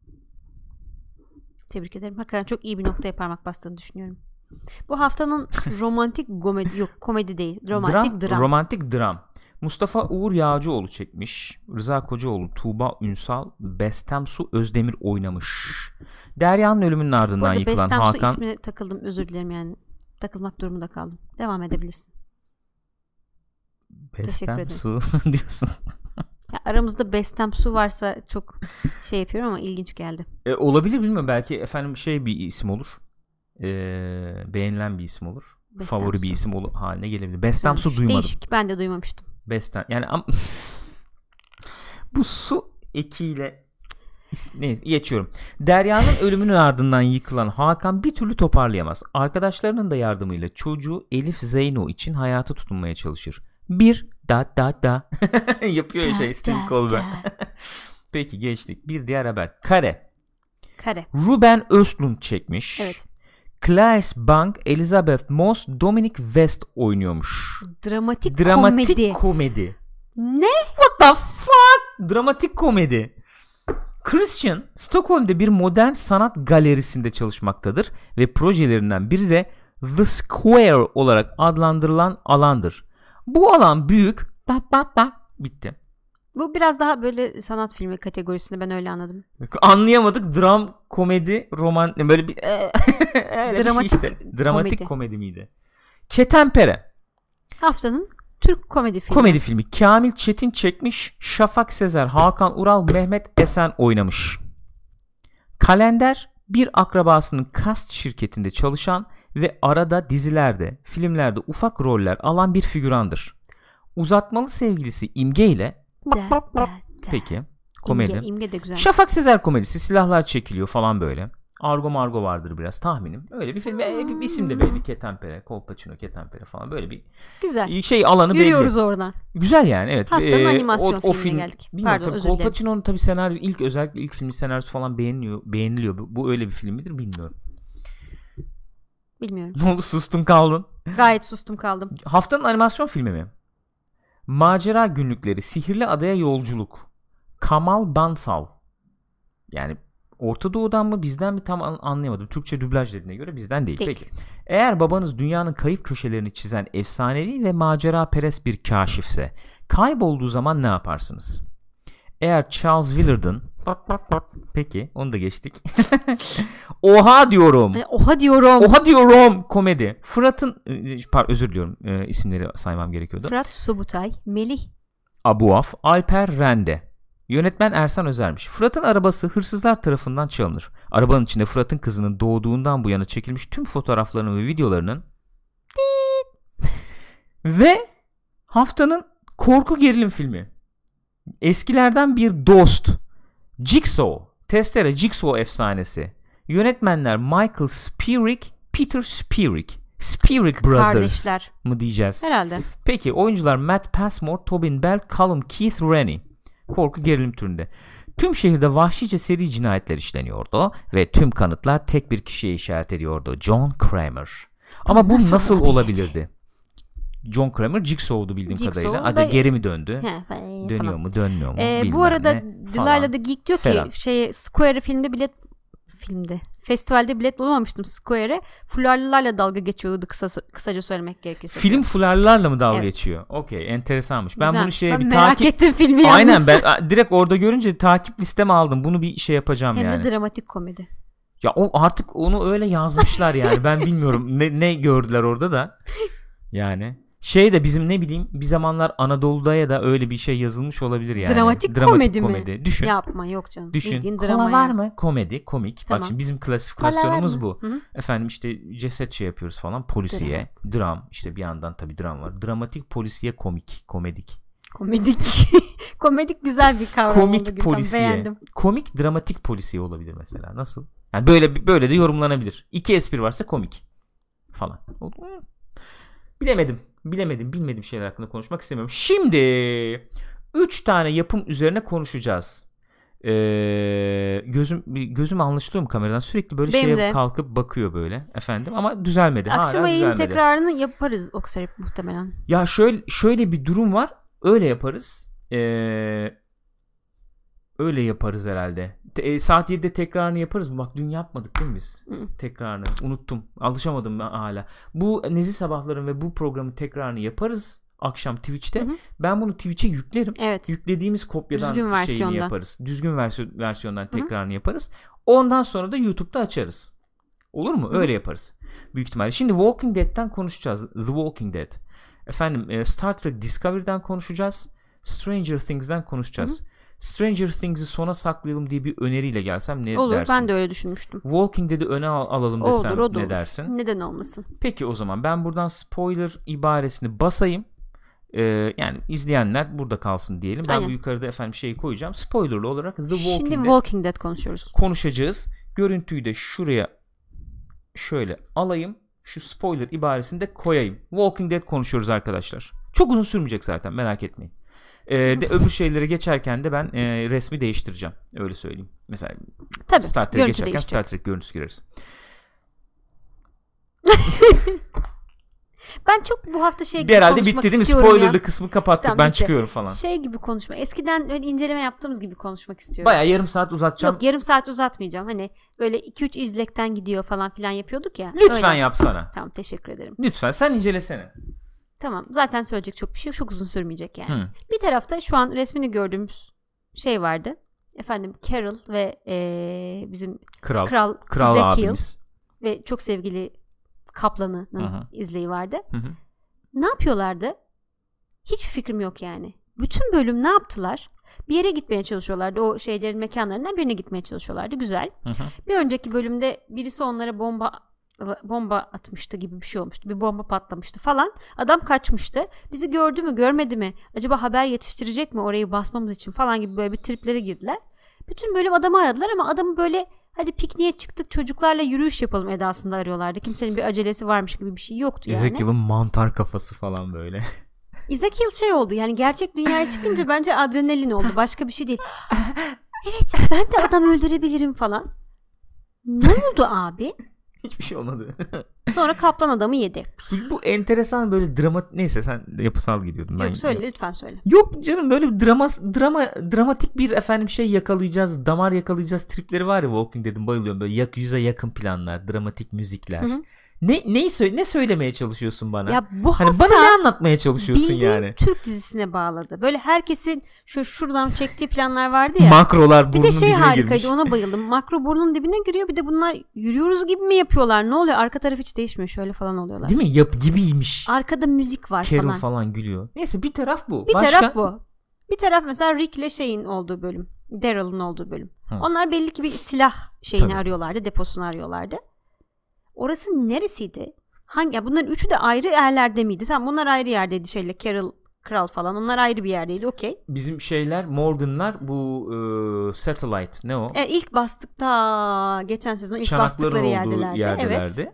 Tebrik ederim. Hakikaten çok iyi bir noktaya parmak bastığını düşünüyorum. Bu haftanın romantik komedi, yok komedi değil. Romantik dram. Romantik dram. Mustafa Uğur Yağcıoğlu çekmiş. Rıza Kocaoğlu, Tuğba Ünsal, Bestem Su Özdemir oynamış. Derya'nın ölümünün ardından yıkılan Bestem Hakan. Su ismine takıldım, özür dilerim yani. Takılmak durumunda kaldım. Devam edebilirsin. Bestem Su diyorsun. Ya aramızda Bestem Su varsa çok şey yapıyorum ama ilginç geldi. Olabilir, bilmiyorum. Belki efendim şey bir isim olur. Beğenilen bir isim olur. Bestem Favori Su. bir isim haline gelebilir. Bestem Su duymadım. Değişik. Ben de duymamıştım. Bestem. Yani bu su ekiyle neyse geçiyorum. Derya'nın ölümünün ardından yıkılan Hakan bir türlü toparlayamaz. Arkadaşlarının da yardımıyla çocuğu Elif Zeyno için hayata tutunmaya çalışır. Bir da yapıyor şey Steve Colbert. Peki geçtik. Bir diğer haber. Kare. Ruben Östlund çekmiş. Evet. Claes Bang, Elizabeth Moss, Dominic West oynuyormuş. Dramatik komedi. Ne? What the fuck? Dramatik komedi. Christian, Stockholm'de bir modern sanat galerisinde çalışmaktadır ve projelerinden biri de The Square olarak adlandırılan alandır. Bu alan büyük. Bitti. Bu biraz daha böyle sanat filmi kategorisinde, ben öyle anladım. Anlayamadık. Dram, komedi, roman, böyle bir dramatik şey işte. Dramatik komedi miydi? Ketempere. Haftanın Türk komedi filmi. Komedi filmi. Kamil Çetin çekmiş. Şafak Sezer, Hakan Ural, Mehmet Esen oynamış. Kalender bir akrabasının kast şirketinde çalışan ve arada dizilerde, filmlerde ufak roller alan bir figürandır. Uzatmalı sevgilisi İmge ile peki komedi. İmge de güzel. Şafak Sezer komedisi, silahlar çekiliyor falan böyle. Argo Margo vardır biraz tahminim. Öyle bir film. Bir isim de belli. Ketempere, Kolpaçino, Ketempere falan böyle bir güzel. Şey alanı belli. Yürüyoruz oradan. Güzel yani evet. Haftanın animasyon filmine geldik. Pardon, özür dilerim. Kolpaçino'nun tabii senaryo özellikle ilk filmin senaryosu falan beğeniliyor. Bu öyle bir film midir bilmiyorum. Bilmiyorum. Ne oldu, sustun kaldın? Gayet sustum kaldım. Haftanın animasyon filmi mi? Macera Günlükleri, Sihirli Adaya Yolculuk. Kamal Bansal. Yani Orta Doğu'dan mı bizden mi tam anlayamadım. Türkçe dublaj dediğine göre bizden değil. Peki. Eğer babanız dünyanın kayıp köşelerini çizen efsanevi ve maceraperest bir kaşifse kaybolduğu zaman ne yaparsınız? Eğer Charles Willard'ın peki onu da geçtik. Oha diyorum komedi. Fırat'ın özür diliyorum, isimleri saymam gerekiyordu. Fırat Sobutay, Melih Abuaf, Alper Rende. Yönetmen Ersan Özer'miş. Fırat'ın arabası hırsızlar tarafından çalınır. Arabanın içinde Fırat'ın kızının doğduğundan bu yana çekilmiş tüm fotoğraflarının ve videolarının ve haftanın korku gerilim filmi. Eskilerden bir dost. Jigsaw. Testere Jigsaw efsanesi. Yönetmenler Michael Spirik, Peter Spirik. Spirik Brothers kardeşler mı diyeceğiz? Herhalde. Peki oyuncular Matt Passmore, Tobin Bell, Callum Keith Rennie. Korku gerilim türünde. Tüm şehirde vahşice seri cinayetler işleniyordu ve tüm kanıtlar tek bir kişiye işaret ediyordu. John Kramer. Ama bu nasıl olabilirdi? John Kramer Jigsaw'du bildiğim kadarıyla. Adı geri mi döndü? Dönüyor mu, dönmüyor mu? Bu arada Delilah the Geek diyor ki Square filmde bile filmde. Festivalde bilet bulamamıştım Square'e. Fularlılarla dalga geçiyordu kısaca söylemek gerekirse. Film fularlılarla mı dalga geçiyor? Okey, enteresanmış. Ben güzel. bunu Ben bir merak takip ettim filmi yalnız. Aynen, ben direkt orada görünce takip listeme aldım. Bunu bir şey yapacağım Hem yani. Hem de dramatik komedi. Ya o artık onu öyle yazmışlar yani. Ben bilmiyorum ne gördüler orada da. Yani de bizim ne bileyim bir zamanlar Anadolu'da ya da öyle bir şey yazılmış olabilir yani. Dramatik komedi mi? Düşün. Yapma, yok canım. Düşün. Kola var mı? Komedi, komik. Tamam. Bak şimdi bizim klasifikasyonumuz bu. Hı-hı. Efendim işte ceset yapıyoruz falan. Polisiye, dram. İşte bir yandan tabii dram var. Dramatik, polisiye, komik, komedik. Komedik güzel bir kavram komik oldu. Polisiye. Beğendim. Komik dramatik polisiye olabilir mesela. Nasıl? Yani böyle de yorumlanabilir. 2 espri varsa komik falan. Bilmediğim şeyler hakkında konuşmak istemiyorum. Şimdi 3 tane yapım üzerine konuşacağız. Gözüm anlaşılıyor mu kameradan? Sürekli böyle şeye kalkıp bakıyor böyle efendim, ama düzelmedi. Akşama yayın tekrarını yaparız Oksarip muhtemelen. Ya şöyle bir durum var. Öyle yaparız. Öyle yaparız herhalde. Saat 7'de tekrarını yaparız. Bak dün yapmadık değil mi biz? Tekrarını. Unuttum. Alışamadım ben hala. Bu Nezih Sabahların ve bu programın tekrarını yaparız. Akşam Twitch'te. Hı-hı. Ben bunu Twitch'e yüklerim. Evet. Yüklediğimiz kopyadan şeyini yaparız. Düzgün versiyondan tekrarını yaparız. Ondan sonra da YouTube'da açarız. Olur mu? Öyle yaparız. Büyük ihtimalle. Şimdi Walking Dead'ten konuşacağız. The Walking Dead. Efendim Star Trek Discovery'den konuşacağız. Stranger Things'den konuşacağız. Hı-hı. Stranger Things'i sona saklayalım diye bir öneriyle gelsem ne olur, dersin? Ben de öyle düşünmüştüm. Walking Dead'i öne alalım desem olur, ne dersin? Neden olmasın? Peki o zaman ben buradan spoiler ibaresini basayım. Yani izleyenler burada kalsın diyelim. Ben bu yukarıda efendim şeyi koyacağım. Spoilerlı olarak The Walking Şimdi Walking Dead konuşuyoruz. Konuşacağız. Görüntüyü de şuraya şöyle alayım. Şu spoiler ibaresini de koyayım. Walking Dead konuşuyoruz arkadaşlar. Çok uzun sürmeyecek zaten, merak etmeyin. Öbür şeylere geçerken de ben resmi değiştireceğim. Öyle söyleyeyim. Mesela tabii, Star Trek'e geçerken Star Trek görüntüsü gireriz. Ben çok bu hafta gibi herhalde konuşmak bitti değil mi? Spoilerlı kısmı kapattık. Tamam, ben çıkıyorum falan. Gibi konuşma. Eskiden öyle inceleme yaptığımız gibi konuşmak istiyorum. Bayağı yarım saat uzatacağım. Yok, yarım saat uzatmayacağım. Hani böyle 2-3 izlekten gidiyor falan filan yapıyorduk ya. Lütfen yapsana. Tamam, teşekkür ederim. Lütfen sen incelesene. Tamam, zaten söyleyecek çok bir şey yok. Çok uzun sürmeyecek yani. Bir tarafta şu an resmini gördüğümüz şey vardı. Efendim Carol ve bizim Kral Ezekiel abimiz ve çok sevgili Kaplan'ın izleyi vardı. Hı-hı. Ne yapıyorlardı? Hiçbir fikrim yok yani. Bütün bölüm ne yaptılar? Bir yere gitmeye çalışıyorlardı. O şeylerin mekanlarından birine gitmeye çalışıyorlardı. Güzel. Hı-hı. Bir önceki bölümde birisi onlara bomba atmıştı gibi bir şey olmuştu. Bir bomba patlamıştı falan. Adam kaçmıştı. Bizi gördü mü görmedi mi? Acaba haber yetiştirecek mi orayı basmamız için falan gibi böyle bir triplere girdiler. Bütün bölüm adamı aradılar ama adamı böyle hadi pikniğe çıktık çocuklarla yürüyüş yapalım edasında arıyorlardı. Kimsenin bir acelesi varmış gibi bir şey yoktu yani. Ezekiel'in mantar kafası falan böyle. Ezekiel oldu yani, gerçek dünyaya çıkınca bence adrenalin oldu. Başka bir şey değil. Evet, ben de adam öldürebilirim falan. Ne oldu abi? Hiçbir şey olmadı. Sonra kaplan adamı yedi. Bu enteresan böyle neyse sen yapısal gidiyordun. Yok söyle lütfen söyle. Yok canım, böyle bir dramatik bir efendim şey yakalayacağız, damar yakalayacağız tripleri var ya Walking Dead'in, bayılıyorum böyle yüze yakın planlar, dramatik müzikler. Hı-hı. Ne söylemeye çalışıyorsun bana? Ya bu hafta hani bana ne anlatmaya çalışıyorsun yani? Türk dizisine bağladı. Böyle herkesin şuradan çektiği planlar vardı ya. Makrolar burnun dibine girmiş. Bir de harikaydı, ona bayıldım. Makro burnun dibine giriyor, bir de bunlar yürüyoruz gibi mi yapıyorlar? Ne oluyor? Arka taraf hiç değişmiyor, şöyle falan oluyorlar. Değil mi? Gibiymiş. Arkada müzik var Carol falan. falan gülüyor. Neyse bir taraf bu. Bir taraf mesela Rick'le şeyin olduğu bölüm. Daryl'ın olduğu bölüm. Onlar belli ki bir silah şeyini arıyorlardı, deposunu arıyorlardı. Orası neresiydi? Bunların üçü de ayrı yerlerde miydi? Tamam, bunlar ayrı yerdeydi şeyle. Carol, Kral falan. Onlar ayrı bir yerdeydi. Okey. Bizim Morgan'lar bu Satellite ne o? İlk bastıkta geçen sezon ilk bastıkları yerdelerdi.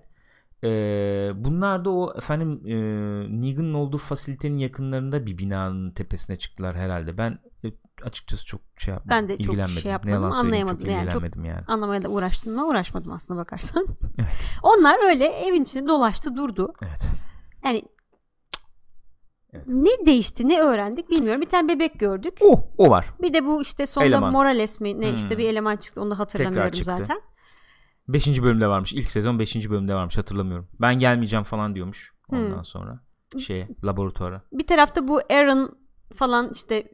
Evet. Bunlar da o efendim Negan'ın olduğu fasilitenin yakınlarında bir binanın tepesine çıktılar herhalde. Ben açıkçası çok ben de çok şey yapmadım, anlayamadım yani. Anlamaya da uğraşmadım aslına bakarsan. Evet. Onlar öyle evin içinde dolaştı durdu. Evet. Yani ne değişti, ne öğrendik bilmiyorum. Bir tane bebek gördük. O var. Bir de bu işte sonunda eleman. Morales mi ne işte bir eleman çıktı, onu da hatırlamıyorum zaten. 5. bölümde varmış. İlk sezon 5. bölümde varmış, hatırlamıyorum. Ben gelmeyeceğim falan diyormuş. Ondan sonra laboratuvara. Bir tarafta bu Aaron falan işte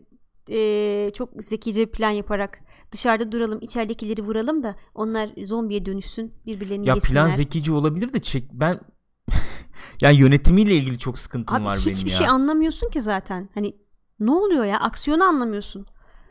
çok zekice bir plan yaparak dışarıda duralım, içeridekileri vuralım da onlar zombiye dönüşsün, birbirlerini yesinler. Ya plan zekice olabilir de ben yani yönetimiyle ilgili çok sıkıntım var benim ya. Hiçbir şey anlamıyorsun ki zaten. Hani ne oluyor ya? Aksiyonu anlamıyorsun.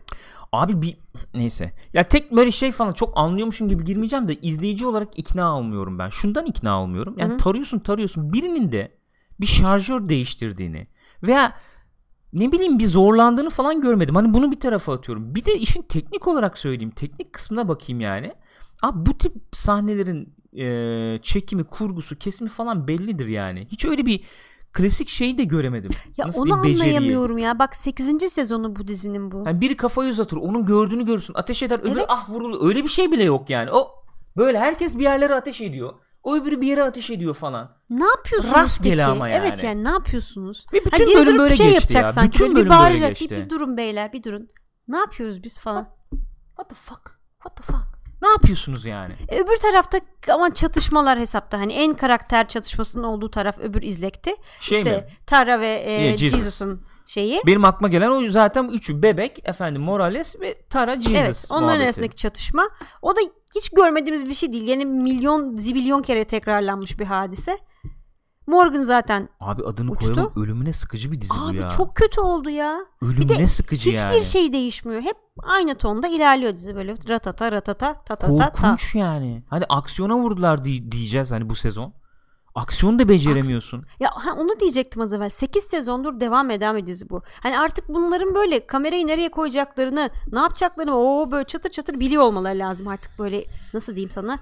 Abi neyse. Ya tek böyle şey falan çok anlıyormuşum gibi girmeyeceğim de izleyici olarak ikna olmuyorum ben. Şundan ikna olmuyorum. Yani tarıyorsun birinin de bir şarjör değiştirdiğini veya ne bileyim bir zorlandığını falan görmedim. Hani bunu bir tarafa atıyorum. Bir de işin teknik olarak söyleyeyim. Teknik kısmına bakayım yani. Abi bu tip sahnelerin çekimi, kurgusu, kesimi falan bellidir yani. Hiç öyle bir klasik şeyi de göremedim. Ya nasıl onu anlayamıyorum ya. Bak 8. sezonu bu dizinin bu. Yani biri kafayı uzatır, onun gördüğünü görürsün. Ateş eder, öbürü vurulur. Öyle bir şey bile yok yani. O böyle herkes bir yerlere ateş ediyor. O öbürü bir yere ateş ediyor falan. Ne yapıyorsunuz rastgele peki? Ama yani. Evet yani ne yapıyorsunuz? Ve bütün bölüm böyle şey geçti ya. Sanki. Bütün bölüm bir bağıracak. böyle geçti. Bir durun beyler, bir durun. Ne yapıyoruz biz falan? What the fuck? Ne yapıyorsunuz yani? Öbür tarafta ama çatışmalar hesapta. Hani en karakter çatışmasının olduğu taraf öbür izlekti. Tara ve Jesus'ın şeyi. Benim aklıma gelen o zaten üçü. Bebek, Morales ve Tara Jesus. Evet, onların arasındaki çatışma. O da hiç görmediğimiz bir şey değil. Yani zibilyon kere tekrarlanmış bir hadise. Morgan zaten abi adını uçtu. Koyalım. Ölümüne sıkıcı bir dizi bu ya. Abi çok kötü oldu ya. Ölümüne sıkıcı yani. Hiçbir şey değişmiyor. Hep aynı tonda ilerliyor dizi böyle. Ratata. Korkunç yani. Hani aksiyona vurdular diyeceğiz hani bu sezon. Aksiyonu da beceremiyorsun. Ya onu diyecektim az evvel. 8 sezondur devam eden bir dizi bu. Hani artık bunların böyle kamerayı nereye koyacaklarını, ne yapacaklarını böyle çatır çatır biliyor olmaları lazım artık, böyle nasıl diyeyim sana,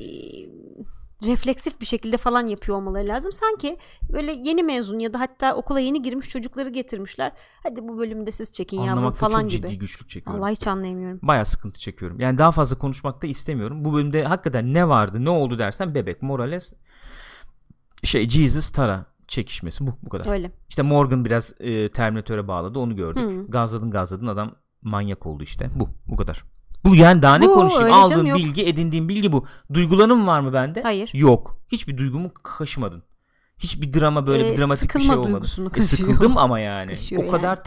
refleksif bir şekilde falan yapıyor olmaları lazım. Sanki böyle yeni mezun ya da hatta okula yeni girmiş çocukları getirmişler. Hadi bu bölümde siz çekin yavrum falan gibi. Ciddi güçlük çekiyorum. Vallahi hiç anlayamıyorum. Bayağı sıkıntı çekiyorum. Yani daha fazla konuşmak da istemiyorum. Bu bölümde hakikaten ne vardı, ne oldu dersen Bebek, Morales, Jesus, Tara çekişmesi bu kadar. Öyle. İşte Morgan biraz Terminator'a bağladı, onu gördük. Gazladın adam manyak oldu işte. Bu kadar. Bu yani daha ne konuşayım? Aldığım bilgi, edindiğim bilgi bu. Duygulanım var mı bende? Hayır. Yok. Hiçbir duygumu kaşımadın. Hiçbir drama böyle bir dramatik bir şey olmadı. Sıkıldım ama yani. O kadar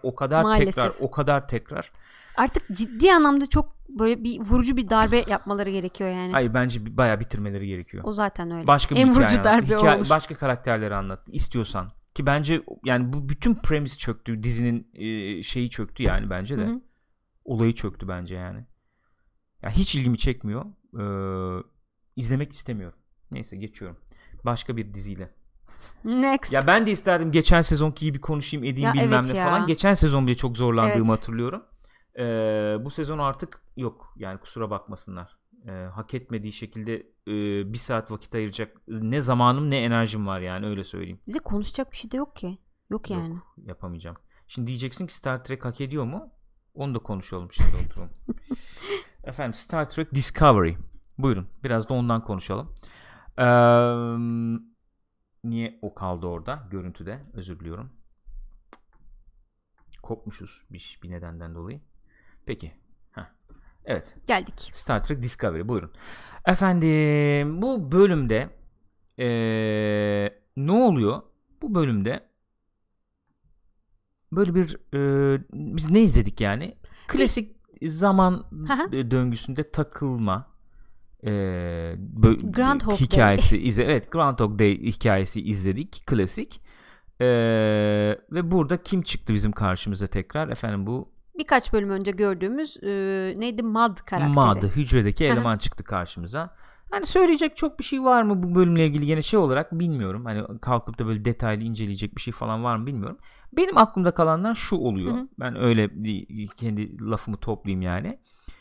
tekrar. Artık ciddi anlamda çok böyle bir vurucu bir darbe yapmaları gerekiyor yani. Hayır, bence bayağı bitirmeleri gerekiyor. O zaten öyle. Başka bir en vurucu darbe olur. Başka karakterleri anlat istiyorsan. Ki bence yani bu bütün premise çöktü. Dizinin şeyi çöktü yani bence de. Hı-hı. Olayı çöktü bence yani. Ya hiç ilgimi çekmiyor. İzlemek istemiyorum. Neyse geçiyorum. Başka bir diziyle. Next. Ya ben de isterdim geçen sezonki gibi konuşayım edeyim bilmem ne falan. Geçen sezon bile çok zorlandığımı hatırlıyorum. Bu sezon artık yok. Yani kusura bakmasınlar. Hak etmediği şekilde bir saat vakit ayıracak ne zamanım ne enerjim var yani, öyle söyleyeyim. Bize konuşacak bir şey de yok ki. Yok yani. Yok, yapamayacağım. Şimdi diyeceksin ki Star Trek hak ediyor mu? Onu da konuşalım şimdi, oturalım. Efendim, Star Trek Discovery. Buyurun. Biraz da ondan konuşalım. Niye o kaldı orada? Görüntüde. Özür diliyorum. Kopmuşuz bir nedenden dolayı. Peki. Evet. Geldik. Star Trek Discovery. Buyurun. Efendim, bu bölümde ne oluyor? Bu bölümde böyle bir biz ne izledik yani? Klasik zaman döngüsünde takılma Groundhog hikayesi evet, Groundhog Day hikayesi izledik, klasik. Ve burada kim çıktı bizim karşımıza tekrar? Efendim, bu birkaç bölüm önce gördüğümüz neydi? Mad karakteri. Mad, hücredeki eleman çıktı karşımıza. Hani söyleyecek çok bir şey var mı bu bölümle ilgili, gene şey olarak bilmiyorum. Hani kalkıp da böyle detaylı inceleyecek bir şey falan var mı bilmiyorum. Benim aklımda kalanlar şu oluyor. Hı-hı. Ben öyle kendi lafımı toplayayım yani.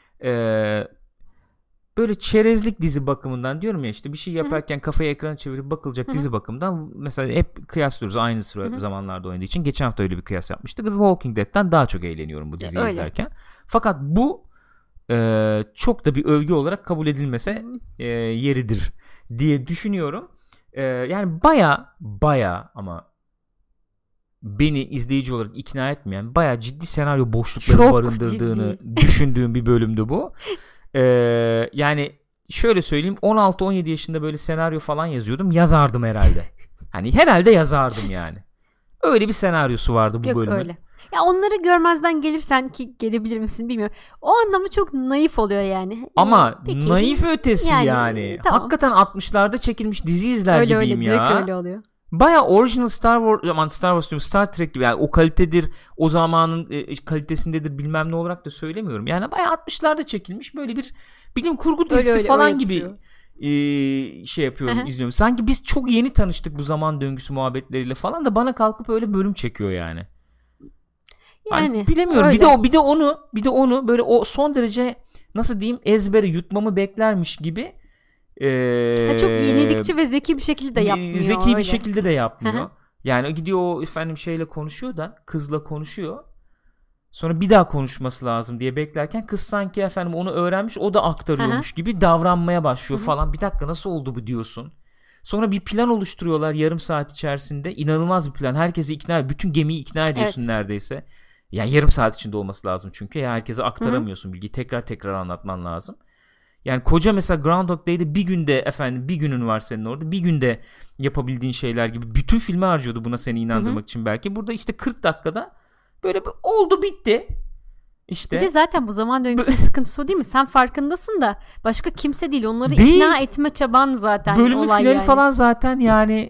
Böyle çerezlik dizi bakımından diyorum ya, işte bir şey yaparken kafayı ekrana çevirip bakılacak dizi bakımından mesela hep kıyaslıyoruz aynı zamanlarda oynadığı için. Geçen hafta öyle bir kıyas yapmıştık. The Walking Dead'ten daha çok eğleniyorum bu diziyi izlerken. Fakat bu çok da bir övgü olarak kabul edilmese yeridir diye düşünüyorum. Yani baya ama beni izleyici olarak ikna etmeyen, baya ciddi senaryo boşlukları barındırdığını düşündüğüm bir bölümdü bu. Yani şöyle söyleyeyim, 16-17 yaşında böyle senaryo falan yazıyordum, yazardım herhalde. Hani herhalde yazardım yani. Öyle bir senaryosu vardı bu bölümün. Yok öyle. Ya onları görmezden gelirsen, ki gelebilir misin bilmiyorum. O anlamda çok naif oluyor yani. Ama peki, naif ötesi yani. Tamam. Hakikaten 60'larda çekilmiş dizi izler öyle, gibiyim öyle, ya. Öyle oluyor. Baya orijinal Star Trek gibi yani, o kalitedir, o zamanın kalitesindedir bilmem ne olarak da söylemiyorum. Yani baya 60'larda çekilmiş böyle bir bilim kurgu dizisi öyle, falan öyle gibi şey yapıyorum, izliyorum. Sanki biz çok yeni tanıştık bu zaman döngüsü muhabbetleriyle falan da bana kalkıp öyle bölüm çekiyor yani. Yani bilemiyorum. Öyle. Bir de onu böyle o son derece nasıl diyeyim, ezbere yutmamı beklermiş gibi çok yenilikçi ve zeki bir şekilde de yapmıyor. Zeki öyle bir şekilde de yapmıyor. Yani gidiyor o efendim şeyle konuşuyor da, kızla konuşuyor. Sonra bir daha konuşması lazım diye beklerken kız sanki efendim onu öğrenmiş, o da aktarıyormuş gibi davranmaya başlıyor falan. Bir dakika, nasıl oldu bu diyorsun. Sonra bir plan oluşturuyorlar yarım saat içerisinde. İnanılmaz bir plan. Herkesi ikna ediyor. Bütün gemiyi ikna ediyorsun neredeyse. Yani yarım saat içinde olması lazım çünkü. Ya herkese aktaramıyorsun bilgiyi. Tekrar anlatman lazım. Yani koca mesela Groundhog Day'de bir günde efendim, bir günün var senin orada. Bir günde yapabildiğin şeyler gibi. Bütün filmi harcıyordu buna seni inandırmak için belki. Burada işte 40 dakikada böyle bir oldu bitti. İşte. Bir de zaten bu zaman döngüsünün sıkıntısı o değil mi? Sen farkındasın da başka kimse değil. Onları ikna etme çaban zaten bölümün olay finali yani. Falan zaten yani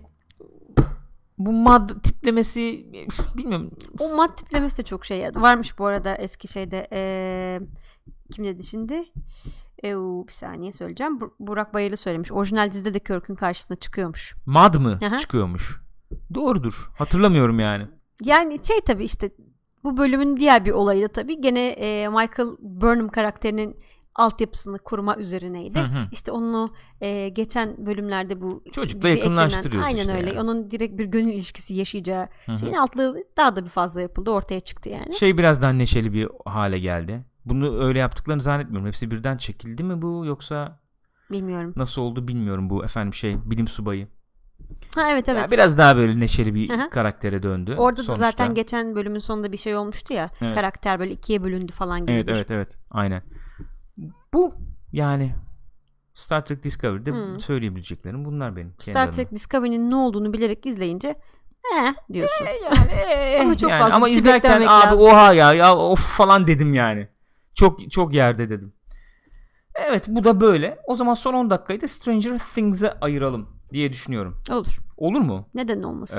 bu mad tiplemesi bilmiyorum. O mad tiplemesi de çok şey varmış bu arada eski şeyde. Kim dedi şimdi? Bir saniye söyleyeceğim. Burak Bayırlı söylemiş. Orijinal dizide de Kirk'ün karşısına çıkıyormuş. Mad mı çıkıyormuş? Doğrudur. Hatırlamıyorum yani. Yani şey tabii işte bu bölümün diğer bir olayı da tabii gene Michael Burnham karakterinin altyapısını kurma üzerineydi. İşte onu geçen bölümlerde bu çocukla yakınlaştırıyoruz aynen işte öyle. Yani. Onun direkt bir gönül ilişkisi yaşayacağı şeyin altlığı daha da bir fazla yapıldı. Ortaya çıktı yani. Şey biraz daha neşeli bir hale geldi. Bunu öyle yaptıklarını zannetmiyorum. Hepsi birden çekildi mi bu, yoksa bilmiyorum. Nasıl oldu bilmiyorum bu efendim bilim subayı. Evet. Yani biraz daha böyle neşeli bir karaktere döndü. Orada sonuçta. Da zaten geçen bölümün sonunda bir şey olmuştu ya. Evet. Karakter böyle ikiye bölündü falan gibi. Evet. Aynen. Bu yani Star Trek Discovery'de söyleyebileceklerim bunlar benim. Star Trek Discovery'nin ne olduğunu bilerek izleyince diyorsun. Ama çok fazla ama izlerken abi lazım. Oha ya of falan dedim yani. Çok yerde dedim. Evet, bu da böyle. O zaman son 10 dakikayı da Stranger Things'e ayıralım diye düşünüyorum. Olur mu? Neden olmasın?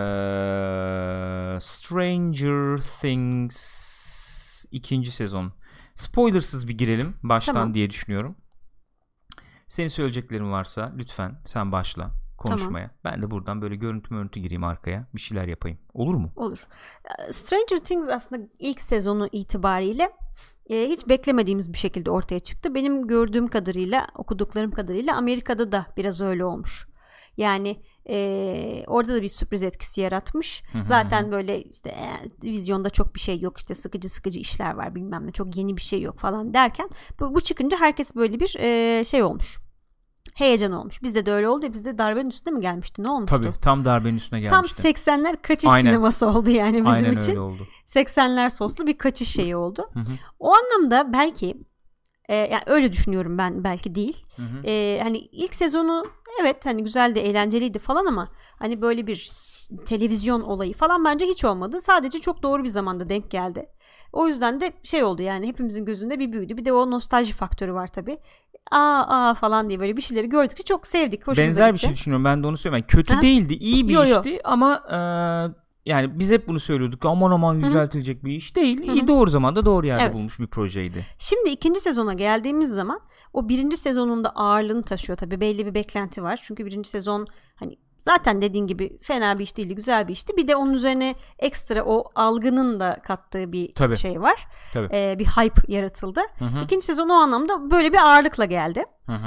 Stranger Things 2. sezon. Spoilersız bir girelim baştan diye düşünüyorum. Senin söyleyeceklerin varsa lütfen sen başla konuşmaya. Tamam. Ben de buradan böyle görüntü gireyim arkaya. Bir şeyler yapayım. Olur mu? Olur. Stranger Things aslında ilk sezonu itibariyle hiç beklemediğimiz bir şekilde ortaya çıktı. Benim gördüğüm kadarıyla, okuduklarım kadarıyla Amerika'da da biraz öyle olmuş. Yani orada da bir sürpriz etkisi yaratmış. Zaten böyle işte vizyonda çok bir şey yok, işte sıkıcı işler var bilmem ne, çok yeni bir şey yok falan derken bu çıkınca herkes böyle bir şey olmuş. Heyecan olmuş. Bizde de öyle oldu ya, bizde darbenin üstüne mi gelmişti? Ne olmuştu? Tabii tam darbenin üstüne gelmişti. Tam 80'ler kaçış sineması oldu yani bizim Aynen için. Öyle oldu. 80'ler soslu bir kaçış şeyi oldu. O anlamda belki yani öyle düşünüyorum ben, belki değil. Hani ilk sezonu evet hani güzeldi, eğlenceliydi falan ama hani böyle bir televizyon olayı falan bence hiç olmadı. Sadece çok doğru bir zamanda denk geldi. O yüzden de şey oldu yani, hepimizin gözünde bir büyüdü. Bir de o nostalji faktörü var tabii. Falan diye böyle bir şeyleri gördükçe çok sevdik. Benzer bir şey düşünüyorum. Ben de onu söyleyeyim. Yani kötü değildi. İyi bir işti ama yani biz hep bunu söylüyorduk. Aman yüceltilecek bir iş değil. İyi, doğru zamanda doğru yerde bulmuş bir projeydi. Şimdi 2. sezona geldiğimiz zaman o 1. sezonunda ağırlığını taşıyor tabii. Belli bir beklenti var. Çünkü 1. sezon hani zaten dediğin gibi fena bir iş değildi, güzel bir işti. Bir de onun üzerine ekstra o algının da kattığı bir şey var. Bir hype yaratıldı. 2. sezon o anlamda böyle bir ağırlıkla geldi.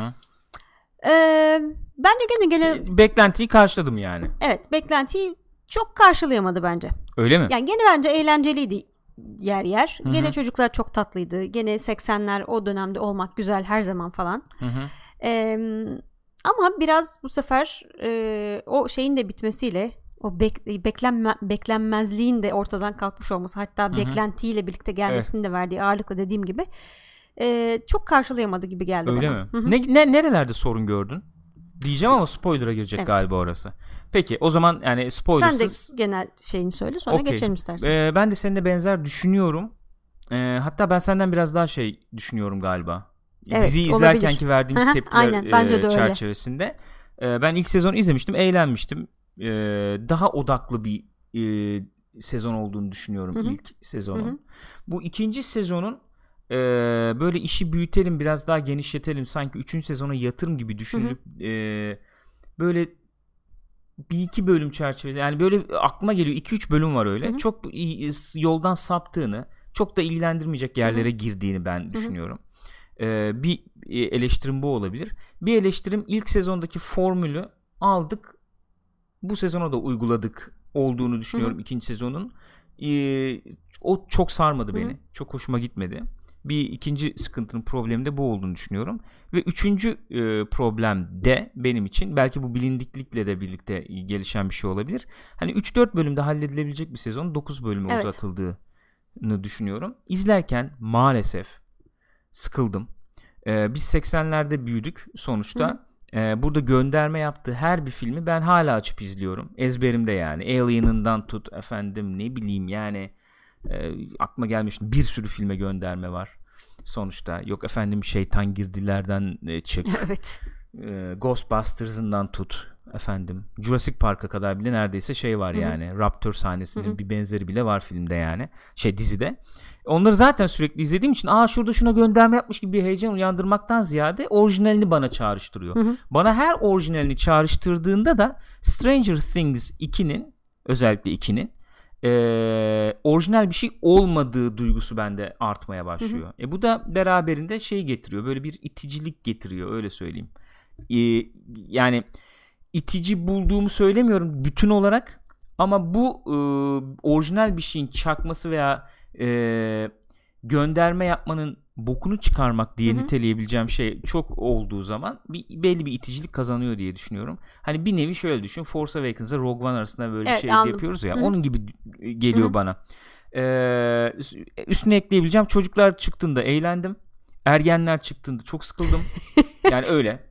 Bence gene beklentiyi karşıladım yani. Evet, beklentiyi çok karşılayamadı bence. Öyle mi? Yani gene bence eğlenceliydi yer. Gene çocuklar çok tatlıydı. Gene 80'ler o dönemde olmak güzel her zaman falan. Ama biraz bu sefer o şeyin de bitmesiyle, o beklenmezliğin de ortadan kalkmış olması, hatta beklentiyle birlikte gelmesinin de verdiği ağırlıkla dediğim gibi çok karşılayamadı gibi geldi öyle bana. mi? Nerelerde sorun gördün? Diyeceğim ama spoiler'a girecek galiba orası. Peki o zaman yani spoilersız. Sen de genel şeyini söyle sonra geçelim istersen. Ben de seninle benzer düşünüyorum. Hatta ben senden biraz daha düşünüyorum galiba. Evet, diziyi izlerkenki verdiğimiz tepkiler aynen, bence de çerçevesinde. Ben ilk sezonu izlemiştim, eğlenmiştim. Daha odaklı bir sezon olduğunu düşünüyorum ilk sezonun. Bu ikinci sezonun böyle işi büyütelim, biraz daha genişletelim, sanki 3. sezona yatırım gibi düşünülüp böyle bir iki bölüm çerçevesinde, yani böyle aklıma geliyor 2-3 bölüm var öyle. Çok yoldan saptığını, çok da ilgilendirmeyecek yerlere girdiğini ben düşünüyorum. Bir eleştirim bu olabilir. Bir eleştirim, ilk sezondaki formülü aldık, bu sezona da uyguladık olduğunu düşünüyorum ikinci sezonun. O çok sarmadı beni. Çok hoşuma gitmedi. Bir ikinci sıkıntının, problemi de bu olduğunu düşünüyorum. Ve üçüncü problem de benim için, belki bu bilindiklikle de birlikte gelişen bir şey olabilir. Hani 3-4 bölümde halledilebilecek bir sezon 9 bölüme uzatıldığını düşünüyorum. İzlerken maalesef sıkıldım. Biz 80'lerde büyüdük sonuçta. Burada gönderme yaptığı her bir filmi ben hala açıp izliyorum. Ezberimde yani. Alien'ından tut efendim, ne bileyim yani, aklıma gelmiş bir sürü filme gönderme var sonuçta. Yok efendim, şeytan girdilerden çık. Evet. Ghostbusters'ından tut efendim. Jurassic Park'a kadar bile neredeyse var yani. Raptor sahnesinin bir benzeri bile var filmde yani. Dizide. Onları zaten sürekli izlediğim için şurada şuna gönderme yapmış gibi bir heyecan uyandırmaktan ziyade orijinalini bana çağrıştırıyor. Bana her orijinalini çağrıştırdığında da Stranger Things 2'nin, özellikle 2'nin orijinal bir şey olmadığı duygusu bende artmaya başlıyor. Bu da beraberinde getiriyor. Böyle bir iticilik getiriyor, öyle söyleyeyim. Yani itici bulduğumu söylemiyorum bütün olarak, ama bu orijinal bir şeyin çakması veya gönderme yapmanın bokunu çıkarmak diye niteleyebileceğim şey çok olduğu zaman belli bir iticilik kazanıyor diye düşünüyorum. Hani bir nevi şöyle düşün, Force Awakens'la Rogue One arasında böyle bir şey yapıyoruz ya, onun gibi geliyor bana. Üstüne ekleyebileceğim, çocuklar çıktığında eğlendim, ergenler çıktığında çok sıkıldım. Yani öyle.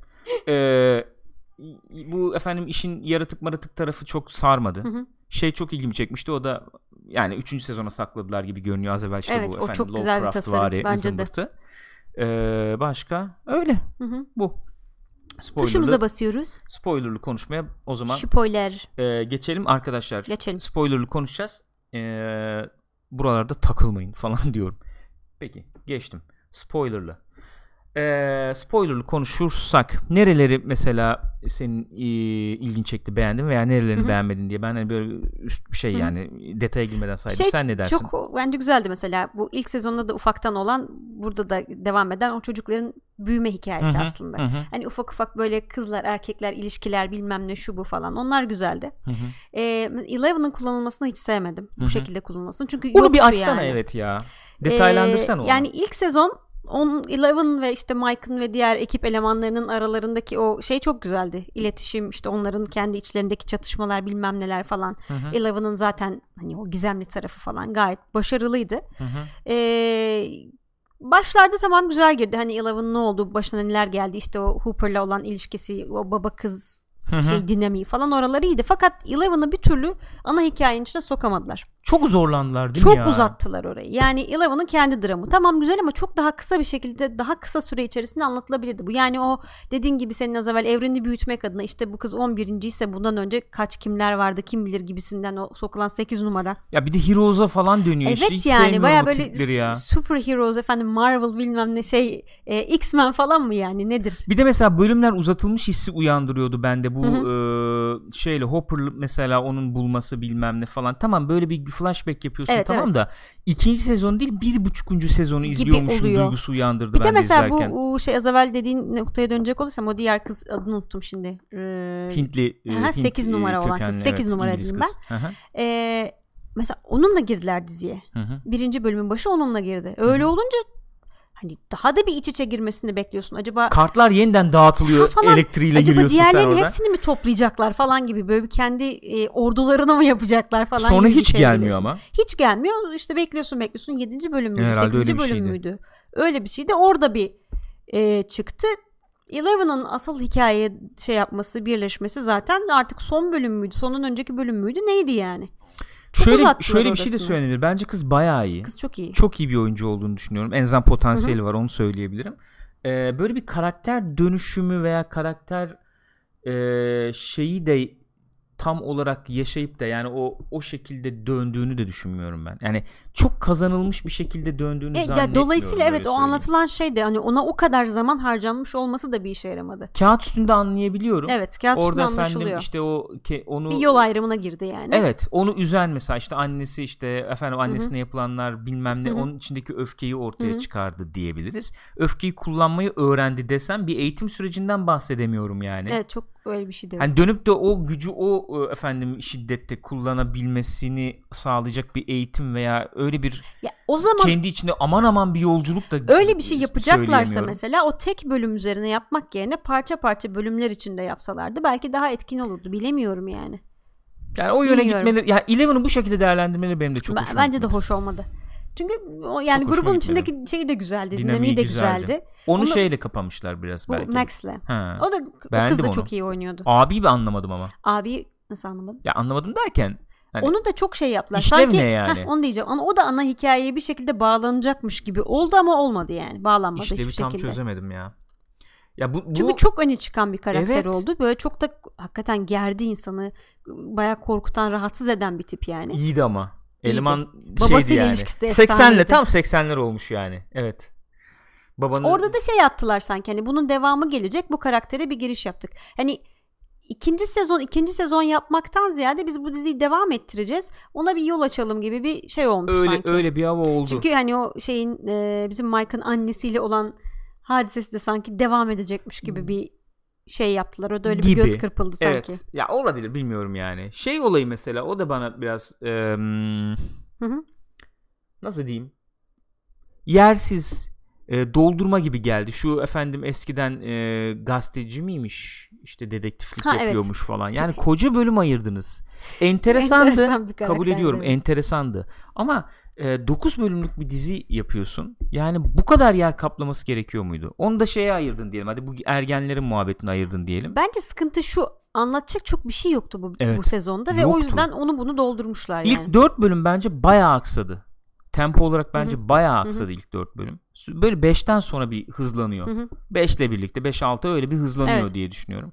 Bu efendim işin yaratık tarafı çok sarmadı. Çok ilgimi çekmişti, o da yani 3. sezona sakladılar gibi görünüyor az evvel, evet, bu efendim, o çok güzel bir tasarım bence de. Başka öyle. Bu. Tuşumuza basıyoruz. Spoilerlı konuşmaya o zaman geçelim arkadaşlar. Spoilerlı konuşacağız. Buralarda takılmayın falan diyorum. Peki, geçtim. Spoilerlı konuşursak nereleri mesela senin ilgin çekti, beğendin veya nerelerini beğenmedin diye, ben hani böyle üst yani detaya girmeden saydım. Sen ne dersin? Çok bence güzeldi mesela. Bu ilk sezonda da ufaktan olan, burada da devam eden o çocukların büyüme hikayesi aslında. Hani ufak ufak böyle kızlar erkekler ilişkiler, bilmem ne, şu bu falan, onlar güzeldi. Eleven'ın kullanılmasını hiç sevmedim. Bu şekilde kullanılmasını. Çünkü onu bir açsana yani. Evet ya. Detaylandırsana onu. Yani ilk sezon Eleven ve işte Mike'ın ve diğer ekip elemanlarının aralarındaki o çok güzeldi. İletişim, işte onların kendi içlerindeki çatışmalar, bilmem neler falan. Eleven'ın zaten hani o gizemli tarafı falan gayet başarılıydı. Başlarda tamam, güzel girdi. Hani Eleven'ın ne oldu, başına neler geldi, işte o Hooper'la olan ilişkisi, o baba kız dinamiği falan, oraları iyiydi. Fakat Eleven'ı bir türlü ana hikayenin içine sokamadılar. Çok zorlandılar değil mi ya? Çok uzattılar orayı. Yani Eleven'ın kendi dramı. Tamam, güzel, ama çok daha kısa bir şekilde, daha kısa süre içerisinde anlatılabilirdi bu. Yani o dediğin gibi, senin az evvel evreni büyütmek adına, işte bu kız 11. ise bundan önce kimler vardı kim bilir gibisinden o sokulan 8 numara. Ya bir de Heroes'a falan dönüyor işte. Evet, yani baya böyle Super Heroes efendim, Marvel bilmem ne X-Men falan mı yani, nedir? Bir de mesela bölümler uzatılmış hissi uyandırıyordu bende bu Hopper mesela, onun bulması bilmem ne falan. Tamam, böyle bir flashback yapıyorsun, tamam da ikinci sezon değil 1,5. sezonu izliyormuşum duygusu uyandırdı bir de mesela izlerken. Bu az evvel dediğin noktaya dönecek olursam, o diğer kız, adını unuttum şimdi. Hintli 8 numara olan kız, 8 numara diyeyim ben. Mesela onunla girdiler diziye. 1. bölümün başı onunla girdi. Öyle olunca hani daha da bir iç içe girmesini bekliyorsun. Acaba kartlar yeniden dağıtılıyor, elektriğiyle giriyorsun sen orada. Acaba diğerlerin hepsini mi toplayacaklar falan gibi, böyle bir kendi ordularını mı yapacaklar falan sonra gibi hiç gelmiyor ama. Hiç gelmiyor. İşte bekliyorsun. 7. bölüm müydü? 8. bölüm müydü? Öyle bir şey de orada bir çıktı. Eleven'ın asıl hikayeye yapması, birleşmesi zaten artık son bölüm müydü? Sonun önceki bölüm müydü? Neydi yani? Şöyle bir şey de söylenir. Bence kız bayağı iyi. Kız çok iyi. Çok iyi bir oyuncu olduğunu düşünüyorum. En azından potansiyeli var, onu söyleyebilirim. Böyle bir karakter dönüşümü veya karakter şeyi de tam olarak yaşayıp da yani o şekilde döndüğünü de düşünmüyorum ben. Yani çok kazanılmış bir şekilde döndüğünü zannetmiyorum. Dolayısıyla evet, o anlatılan şey de hani ona o kadar zaman harcanmış olması da bir işe yaramadı. Kağıt üstünde anlayabiliyorum. Evet, kağıt üstünde anlaşılıyor. Orada işte onu bir yol ayrımına girdi yani. Evet, onu üzen mesela işte annesi, işte annesine yapılanlar bilmem ne, onun içindeki öfkeyi ortaya çıkardı diyebiliriz. Öfkeyi kullanmayı öğrendi desem bir eğitim sürecinden bahsedemiyorum yani. Evet, çok öyle bir şey de. Hani dönüp de o gücü şiddette kullanabilmesini sağlayacak bir eğitim veya öyle bir o zaman kendi içinde aman bir yolculuk da öyle bir şey yapacaklarsa mesela o tek bölüm üzerine yapmak yerine parça parça bölümler içinde yapsalardı belki daha etkin olurdu. Bilemiyorum yani. Yani o yöne gitmeleri, ya Eleven'ı bu şekilde değerlendirmeleri benim de çok hoşuma bence de hoş olmadı. Çünkü yani çok grubun içindeki şeyi de güzeldi, dinamiği de güzeldi. Onu şeyle kapamışlar biraz bu belki. Max'le. O kız da çok iyi oynuyordu. Abiyi ben anlamadım ama. Abi nasıl anlamadın? Ya anlamadım derken. Hani onu da çok yaptılar. İşlev sanki, ne yani? Onu diyeceğim. O da ana hikayeye bir şekilde bağlanacakmış gibi oldu ama olmadı yani. Bağlanmadı hiçbir şekilde. İşlevi tam çözemedim ya. Ya çünkü çok öne çıkan bir karakter oldu. Böyle çok da hakikaten gerdi insanı. Bayağı korkutan, rahatsız eden bir tip yani. İyiydi ama. Eleman babasıyla yani. ilişkisi de 80'le tam 80'ler olmuş yani. Evet. Orada da attılar sanki. Hani bunun devamı gelecek. Bu karaktere bir giriş yaptık. Hani ikinci sezon yapmaktan ziyade biz bu diziyi devam ettireceğiz. Ona bir yol açalım gibi bir şey olmuş sanki. Öyle bir hava oldu. Çünkü hani o bizim Mike'ın annesiyle olan hadisesi de sanki devam edecekmiş gibi bir şey yaptılar. O da öyle bir göz kırpıldı sanki. Evet. Ya olabilir, bilmiyorum yani. Olayı mesela, o da bana biraz nasıl diyeyim? Yersiz doldurma gibi geldi. Şu eskiden gazeteci miymiş? İşte dedektiflik yapıyormuş falan. Yani koca bölüm ayırdınız. Enteresandı. Kabul ediyorum. Evet. Enteresandı. Ama 9 bölümlük bir dizi yapıyorsun. Yani bu kadar yer kaplaması gerekiyor muydu? Onu da ayırdın diyelim. Hadi bu ergenlerin muhabbetini ayırdın diyelim. Bence sıkıntı şu. Anlatacak çok bir şey yoktu bu sezonda ve o yüzden onu bunu yani. İlk 4 bölüm bence bayağı aksadı. Tempo olarak bence bayağı aksadı ilk 4 bölüm. Böyle 5'ten sonra bir hızlanıyor. 5 ile birlikte 5-6 öyle bir hızlanıyor diye düşünüyorum.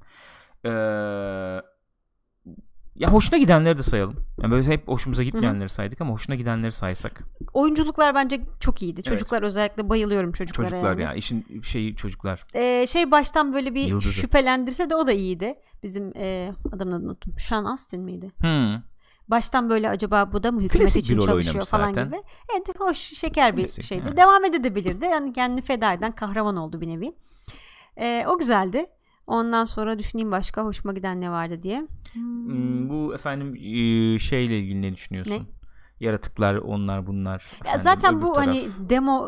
Ya hoşuna gidenleri de sayalım. Yani böyle hep hoşumuza gitmeyenleri saydık ama hoşuna gidenleri saysak. Oyunculuklar bence çok iyiydi. Çocuklar özellikle bayılıyorum çocuklara. Çocuklar ya işin çocuklar. Baştan böyle bir yıldızı şüphelendirse de o da iyiydi. Bizim adamın adını unuttum. Sean Astin miydi? Baştan böyle acaba bu da mı hükümet klasik için çalışıyor falan zaten gibi. Evet, hoş, şeker bir şeydi. Yani. Devam edebilirdi. Yani kendini feda eden kahraman oldu bir nevi. O güzeldi. Ondan sonra düşüneyim başka hoşuma giden ne vardı diye. Bu şeyle ilgili ne düşünüyorsun? Ne? Yaratıklar, onlar bunlar. Ya zaten bu taraf. Hani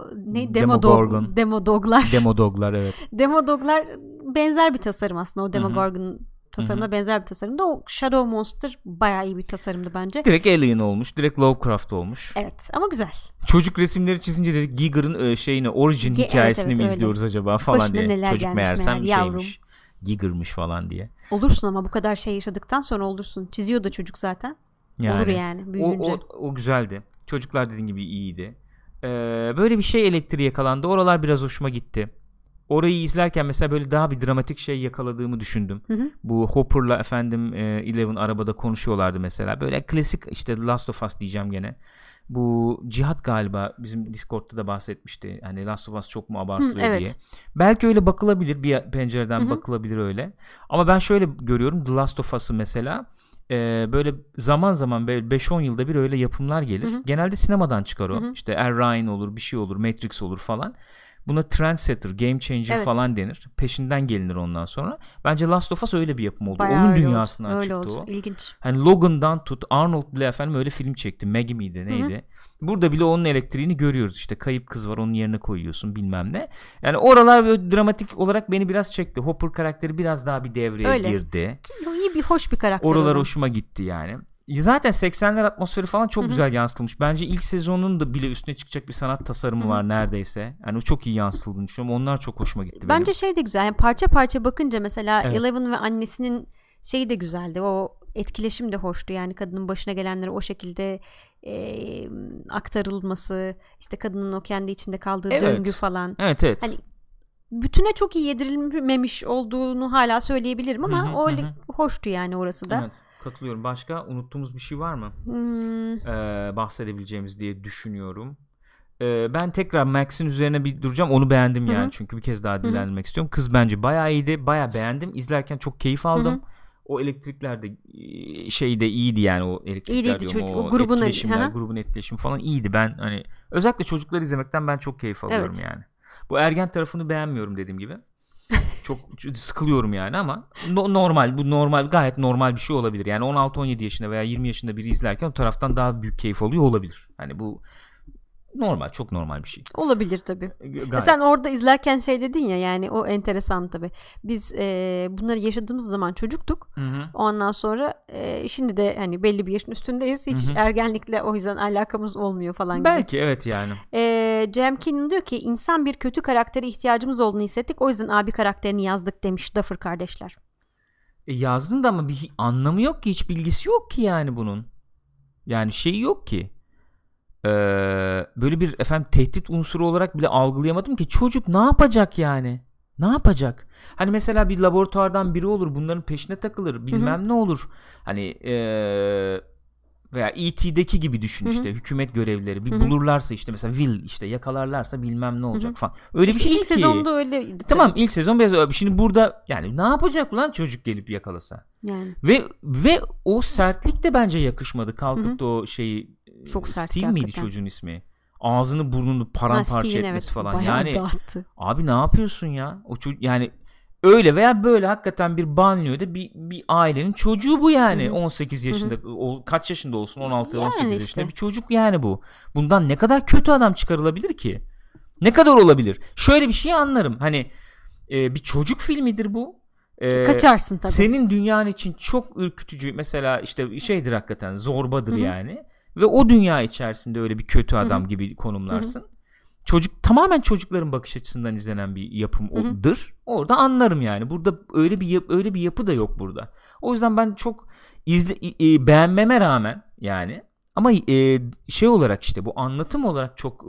Demodoglar evet. Demodoglar benzer bir tasarım aslında. O Demogorgon tasarımına benzer bir tasarımda. O Shadow Monster bayağı iyi bir tasarımdı bence. Direkt Alien olmuş. Direkt Lovecraft olmuş. Evet ama güzel. Çocuk resimleri çizince dedik Giger'ın orijin hikayesini mi izliyoruz acaba falan başına diye. Çocuk meğersem şeymiş. Giger'mış falan diye. Olursun ama bu kadar şey yaşadıktan sonra olursun. Çiziyor da çocuk zaten. Olur yani büyüyünce. O güzeldi. Çocuklar dediğin gibi iyiydi. Böyle bir şey elektriği yakalandı. Oralar biraz hoşuma gitti. Orayı izlerken mesela böyle daha bir dramatik şey yakaladığımı düşündüm. Bu Hopper'la Eleven arabada konuşuyorlardı mesela. Böyle klasik işte Last of Us diyeceğim gene. Bu Cihat galiba bizim Discord'da da bahsetmişti. Hani Last of Us çok mu abartılıyor diye. Belki öyle bakılabilir, bir pencereden bakılabilir öyle. Ama ben şöyle görüyorum The Last of Us'ı mesela. Böyle zaman zaman böyle 5-10 yılda bir öyle yapımlar gelir. Genelde sinemadan çıkar o. İşte Er Ryan olur, bir şey olur, Matrix olur falan. Buna trendsetter, game changer falan denir. Peşinden gelinir ondan sonra. Bence Last of Us öyle bir yapım oldu. Bayağı onun dünyasından çıktı oldu. o. İlginç. Hani Logan'dan tut, Arnold bile öyle film çekti. Maggie miydi neydi? Burada bile onun elektriğini görüyoruz. İşte kayıp kız var, onun yerine koyuyorsun bilmem ne. Yani oralar böyle dramatik olarak beni biraz çekti. Hopper karakteri biraz daha bir devreye girdi. İyi hoş bir karakter. Oralar hoşuma gitti yani. Zaten 80'ler atmosferi falan çok Hı-hı. güzel yansıtılmış. Bence ilk sezonun da bile üstüne çıkacak bir sanat tasarımı Hı-hı. var neredeyse. Yani o çok iyi yansıtıldığını düşünüyorum. Onlar çok hoşuma gitti Bence benim. şey de güzel. Yani parça parça bakınca mesela Evet. Eleven ve annesinin şeyi de güzeldi. O etkileşim de hoştu. Yani kadının başına gelenleri o şekilde aktarılması, işte kadının o kendi içinde kaldığı döngü falan. Evet. Hani bütüne çok iyi yedirilmemiş olduğunu hala söyleyebilirim ama o hoştu yani orası da. Evet, katılıyorum. Başka unuttuğumuz bir şey var mı? Bahsedebileceğimiz diye düşünüyorum. Ben tekrar Max'in üzerine bir duracağım. Onu beğendim yani. Hı-hı. Çünkü bir kez daha dillendirmek istiyorum. Kız bence bayağı iyiydi. Bayağı beğendim. İzlerken çok keyif aldım. Hı-hı. O elektrikler de şey de iyiydi yani, o elektrikler diyorum. O grubun etkileşimler, grubun etkileşimi falan iyiydi. Ben hani özellikle çocukları izlemekten ben çok keyif alıyorum yani. Bu ergen tarafını beğenmiyorum dediğim gibi. Çok sıkılıyorum yani ama normal, gayet normal bir şey olabilir. Yani 16-17 yaşında veya 20 yaşında biri izlerken o taraftan daha büyük keyif alıyor olabilir. Hani bu normal, çok normal bir şey. Olabilir tabii. Sen orada izlerken şey dedin ya, yani o enteresan tabii. Biz bunları yaşadığımız zaman çocuktuk. Hı-hı. Ondan sonra şimdi de hani belli bir yaşın üstündeyiz. Hiç ergenlikle o yüzden alakamız olmuyor falan gibi. Belki evet yani. Cem Keenan diyor ki insan bir kötü karaktere ihtiyacımız olduğunu hissettik. O yüzden abi karakterini yazdık demiş Duffer kardeşler. Yazdın da ama bir anlamı yok ki. Hiç bilgisi yok ki yani bunun. Yani şeyi yok ki. Böyle bir tehdit unsuru olarak bile algılayamadım ki. Çocuk ne yapacak yani? Ne yapacak? Hani mesela bir laboratuvardan biri olur, bunların peşine takılır, bilmem ne olur. Hani veya E.T.'deki gibi düşün işte, hükümet görevlileri bir bulurlarsa işte mesela Will işte yakalarlarsa bilmem ne olacak falan. Öyle işte bir şey ilk ki. sezonda öyleydi. Tamam, ilk sezon biraz öyle. Şimdi burada yani ne yapacak lan çocuk gelip yakalasa? Yani. Ve o sertlik de bence yakışmadı. Kalkıp da o şeyi, çok sert Steve miydi çocuğun ismi? Ağzını burnunu paramparça etmesi falan. Yani dağıttı. Abi ne yapıyorsun ya? O çocuk yani öyle veya böyle hakikaten bir banliyöde bir ailenin çocuğu bu yani. 18 yaşında kaç yaşında olsun, 16 18 yani yaşında bir çocuk yani bu. Bundan ne kadar kötü adam çıkarılabilir ki? Ne kadar olabilir? Şöyle bir şey anlarım. Hani bir çocuk filmidir bu. Kaçarsın tabii. Senin dünyan için çok ürkütücü mesela işte şeydir, hakikaten zorbadır yani. Ve o dünya içerisinde öyle bir kötü adam gibi konumlarsın. Çocuk, tamamen çocukların bakış açısından izlenen bir yapımdır. Orada anlarım yani. Burada öyle bir yapı da yok burada. O yüzden ben çok beğenmeme rağmen yani, ama şey olarak işte bu anlatım olarak çok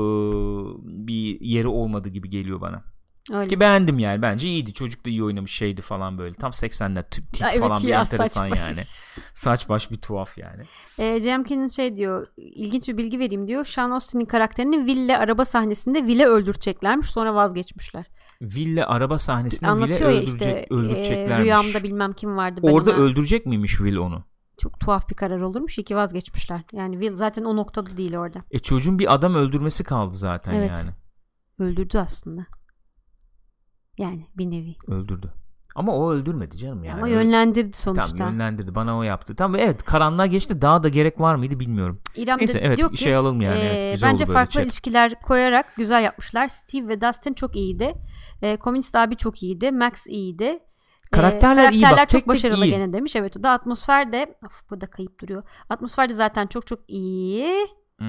bir yeri olmadı gibi geliyor bana. Öyle. Ki beğendim yani. Bence iyiydi. Çocuk da iyi oynamış, şeydi falan böyle. Tam 80'ler tip falan bir enteresan yani. Saç baş bir tuhaf yani. Cem Keenan şey diyor, ilginç bir bilgi vereyim diyor. Sean Austin'in karakterini Will'le araba sahnesinde Will'e öldüreceklermiş. Sonra vazgeçmişler. Will'le araba sahnesinde anlatıyor Will'e ya işte, öldüreceklermiş. Rüyamda bilmem kim vardı. Orada öldürecek miymiş Will onu? Çok tuhaf bir karar olurmuş. İyi ki vazgeçmişler. Yani Will zaten o noktada değil orada. Çocuğun bir adam öldürmesi kaldı zaten yani. Öldürdü aslında. Yani bir nevi. Öldürdü. Ama o öldürmedi canım yani. Ama yönlendirdi sonuçta. Tamam, yönlendirdi. Bana o yaptı. Tamam, evet, karanlığa geçti. Daha da gerek var mıydı bilmiyorum. İrem neyse, evet, diyor ki şey alalım yani. Evet, güzel bence oldu farklı böyle ilişkiler koyarak güzel yapmışlar. Steve ve Dustin çok iyiydi. Komünist abi çok iyiydi. Max iyiydi. Karakterler iyi bak. Çok başarılı gene demiş. Evet, o da atmosfer de bu da kayıp duruyor. Atmosfer de zaten çok çok iyi.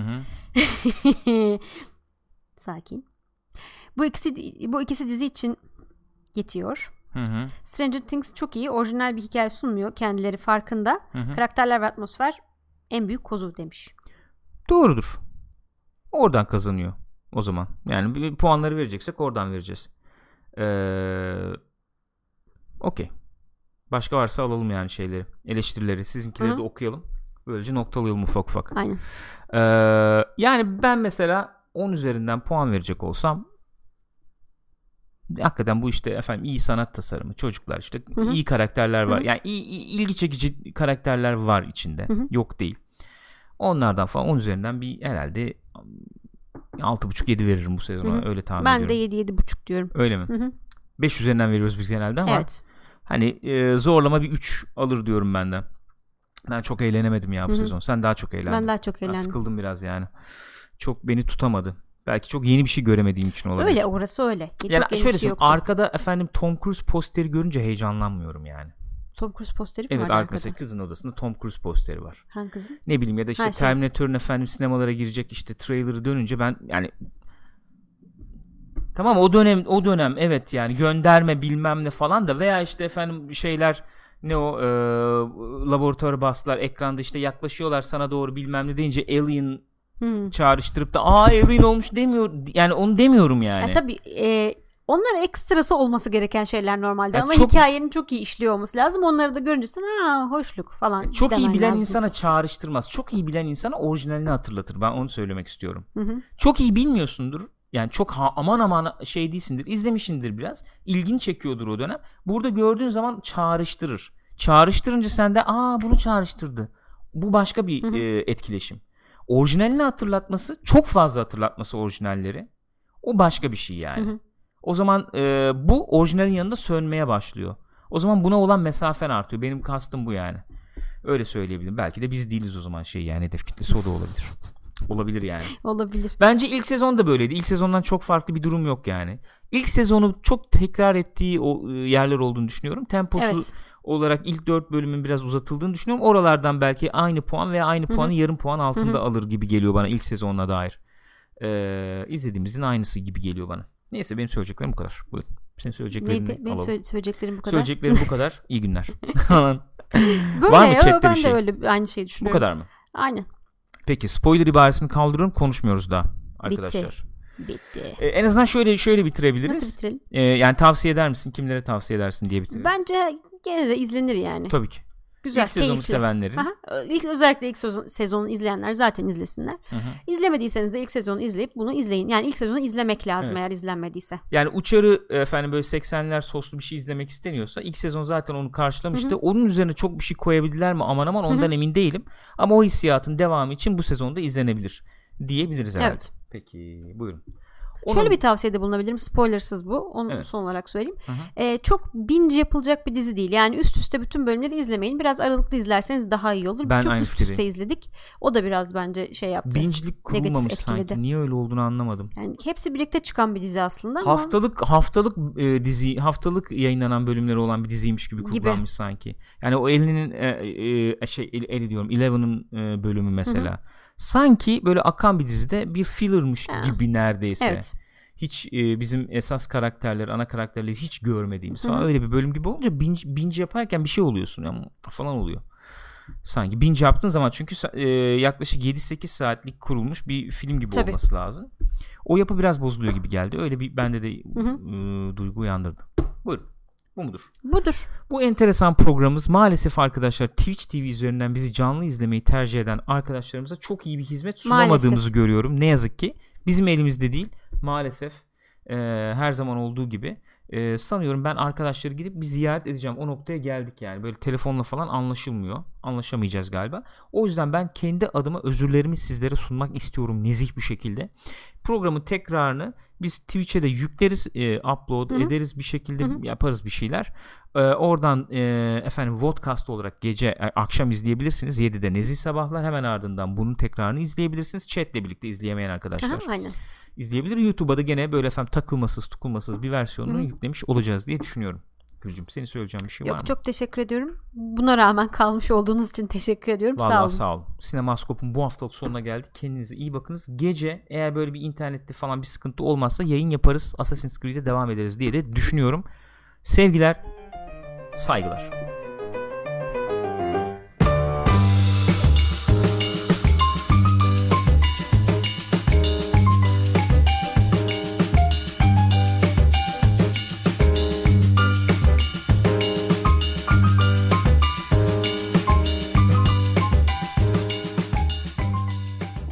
Sakin. Bu ikisi dizi için yetiyor. Stranger Things çok iyi. Orijinal bir hikaye sunmuyor. Kendileri farkında. Karakterler ve atmosfer en büyük kozu demiş. Doğrudur. Oradan kazanıyor o zaman. Yani bir puanları vereceksek oradan vereceğiz. Okey. Başka varsa alalım yani şeyleri. Eleştirileri. Sizinkileri de okuyalım. Böylece noktalayalım ufak ufak. Aynen. Yani ben mesela 10 üzerinden puan verecek olsam, hakikaten bu işte iyi sanat tasarımı, çocuklar işte, iyi karakterler var. Yani ilgi çekici karakterler var içinde. Yok değil. Onlardan falan 10 üzerinden bir herhalde 6.5-7 veririm bu sezona. Öyle tahmin ediyorum. Ben de 7-7.5 diyorum. Öyle mi? 5 üzerinden veriyoruz biz genelde ama hani zorlama bir 3 alır diyorum ben de. Ben çok eğlenemedim ya bu sezon. Sen daha çok eğlendin. Ben daha çok eğlendim. Ben sıkıldım biraz yani. Çok beni tutamadı. Belki çok yeni bir şey göremediğim için olabilir. Öyle, orası öyle. Yani şöyle söyleyeyim, arkada Tom Cruise posteri görünce heyecanlanmıyorum yani. Tom Cruise posteri mi Evet, var arkasındaki kızın odasında Tom Cruise posteri var. Hangi kızın? Ne bileyim, ya da işte Terminator'ın efendim sinemalara girecek işte trailer'ı dönünce ben yani tamam, o dönem evet yani gönderme bilmem ne falan da, veya işte efendim şeyler ne o laboratuvar bastılar ekranda, işte yaklaşıyorlar sana doğru bilmem ne deyince Alien çağrıştırıp da Alien olmuş demiyor yani, onu demiyorum yani. Tabii onlar ekstrası olması gereken şeyler normalde. Ama hikayenin çok iyi işliyor olması lazım. Onları da görünce sen hoşluk falan. Çok iyi bilen insana çağrıştırmaz. Çok iyi bilen insana orijinalini hatırlatır. Ben onu söylemek istiyorum. Çok iyi bilmiyorsundur. Yani çok aman şey değilsindir. İzlemişsindir biraz. İlgin çekiyordur o dönem. Burada gördüğün zaman çağrıştırır. Çağrıştırınca sen de bunu çağrıştırdı. Bu başka bir etkileşim. Orijinalini hatırlatması, çok fazla hatırlatması orijinalleri. O başka bir şey yani. O zaman bu orijinalin yanında sönmeye başlıyor. O zaman buna olan mesafen artıyor. Benim kastım bu yani. Öyle söyleyebilirim. Belki de biz değiliz o zaman yani hedef kitlesi, o da olabilir. Olabilir yani. Olabilir. Bence ilk sezon da böyleydi. İlk sezondan çok farklı bir durum yok yani. İlk sezonu çok tekrar ettiği yerler olduğunu düşünüyorum. Temposu olarak ilk 4 bölümün biraz uzatıldığını düşünüyorum. Oralardan belki aynı puan veya aynı puanın yarım puan altında alır gibi geliyor bana ilk sezonuna dair. İzlediğimizin aynısı gibi geliyor bana. Neyse, benim söyleyeceklerim bu kadar. Buyurun. Senin söyleyeceklerini benim alalım. söyleyeceklerim bu kadar. Söyleyeceklerim bu kadar. İyi günler. Böyle var mı chatte ben bir şey? de öyle aynı şeyi düşünüyorum. Bu kadar mı? Aynen. Peki, spoiler ibaresini kaldırıyorum. Konuşmuyoruz daha arkadaşlar. Bitti. En azından şöyle bitirebiliriz. Nasıl bitirelim? Yani tavsiye eder misin? Kimlere tavsiye edersin diye bitirelim. Bence gene de izlenir yani. Tabii ki. Güzel, İlk sezonu keyifli sevenlerin. Özellikle ilk sezonu izleyenler zaten izlesinler. İzlemediyseniz de ilk sezonu izleyip bunu izleyin. Yani ilk sezonu izlemek lazım eğer izlenmediyse. Yani uçarı efendim böyle 80'ler soslu bir şey izlemek isteniyorsa ilk sezon zaten onu karşılamıştı. Onun üzerine çok bir şey koyabildiler mi aman ondan emin değilim. Ama o hissiyatın devamı için bu sezonda izlenebilir diyebiliriz herhalde. Evet. Peki, buyurun. Şöyle bir tavsiyede bulunabilirim. Spoilersız bu. Onu son olarak söyleyeyim. Çok binge yapılacak bir dizi değil. Yani üst üste bütün bölümleri izlemeyin. Biraz aralıklı izlerseniz daha iyi olur. Biz çok üst üste izledik. O da biraz bence şey yaptı. Binge'lik kurulmamış sanki. Niye öyle olduğunu anlamadım. Yani hepsi birlikte çıkan bir dizi aslında. Haftalık dizi, haftalık yayınlanan bölümleri olan bir diziymiş gibi kurgulanmış sanki. Yani o Eli diyorum, Eleven'ın bölümü mesela. Sanki böyle akan bir dizide bir filler'mış gibi neredeyse. Evet. Hiç bizim esas karakterler, ana karakterleri hiç görmediğimiz falan öyle bir bölüm gibi olunca binge yaparken bir şey oluyorsun yani falan oluyor. Sanki binge yaptığın zaman, çünkü yaklaşık 7-8 saatlik kurulmuş bir film gibi olması lazım. O yapı biraz bozuluyor gibi geldi. Öyle bir bende de duygu uyandırdı. Buyurun. Bu mudur? Budur. Bu enteresan programımız maalesef arkadaşlar Twitch TV üzerinden bizi canlı izlemeyi tercih eden arkadaşlarımıza çok iyi bir hizmet sunamadığımızı görüyorum. Ne yazık ki. Bizim elimizde değil. Maalesef her zaman olduğu gibi sanıyorum ben arkadaşları gidip bir ziyaret edeceğim. O noktaya geldik yani. Böyle telefonla falan anlaşılmıyor. Anlaşamayacağız galiba. O yüzden ben kendi adıma özürlerimi sizlere sunmak istiyorum nezih bir şekilde. Programın tekrarını biz Twitch'e de yükleriz, upload ederiz bir şekilde, yaparız bir şeyler. Oradan efendim podcast olarak akşam izleyebilirsiniz. 7'de Nezih Sabahlar, hemen ardından bunun tekrarını izleyebilirsiniz. Chat'le birlikte izleyemeyen arkadaşlar. Aynen. İzleyebilir. YouTube'a da gene böyle efendim takılmasız bir versiyonunu yüklemiş olacağız diye düşünüyorum. Gülcüm, senin söyleyeceğin bir şey var mı? Çok teşekkür ediyorum. Buna rağmen kalmış olduğunuz için teşekkür ediyorum. Vallahi sağ olun. Sinemaskop'un bu haftalık sonuna geldik. Kendinize iyi bakınız. Gece eğer böyle bir internette falan bir sıkıntı olmazsa yayın yaparız. Assassin's Creed'e devam ederiz diye de düşünüyorum. Sevgiler, saygılar.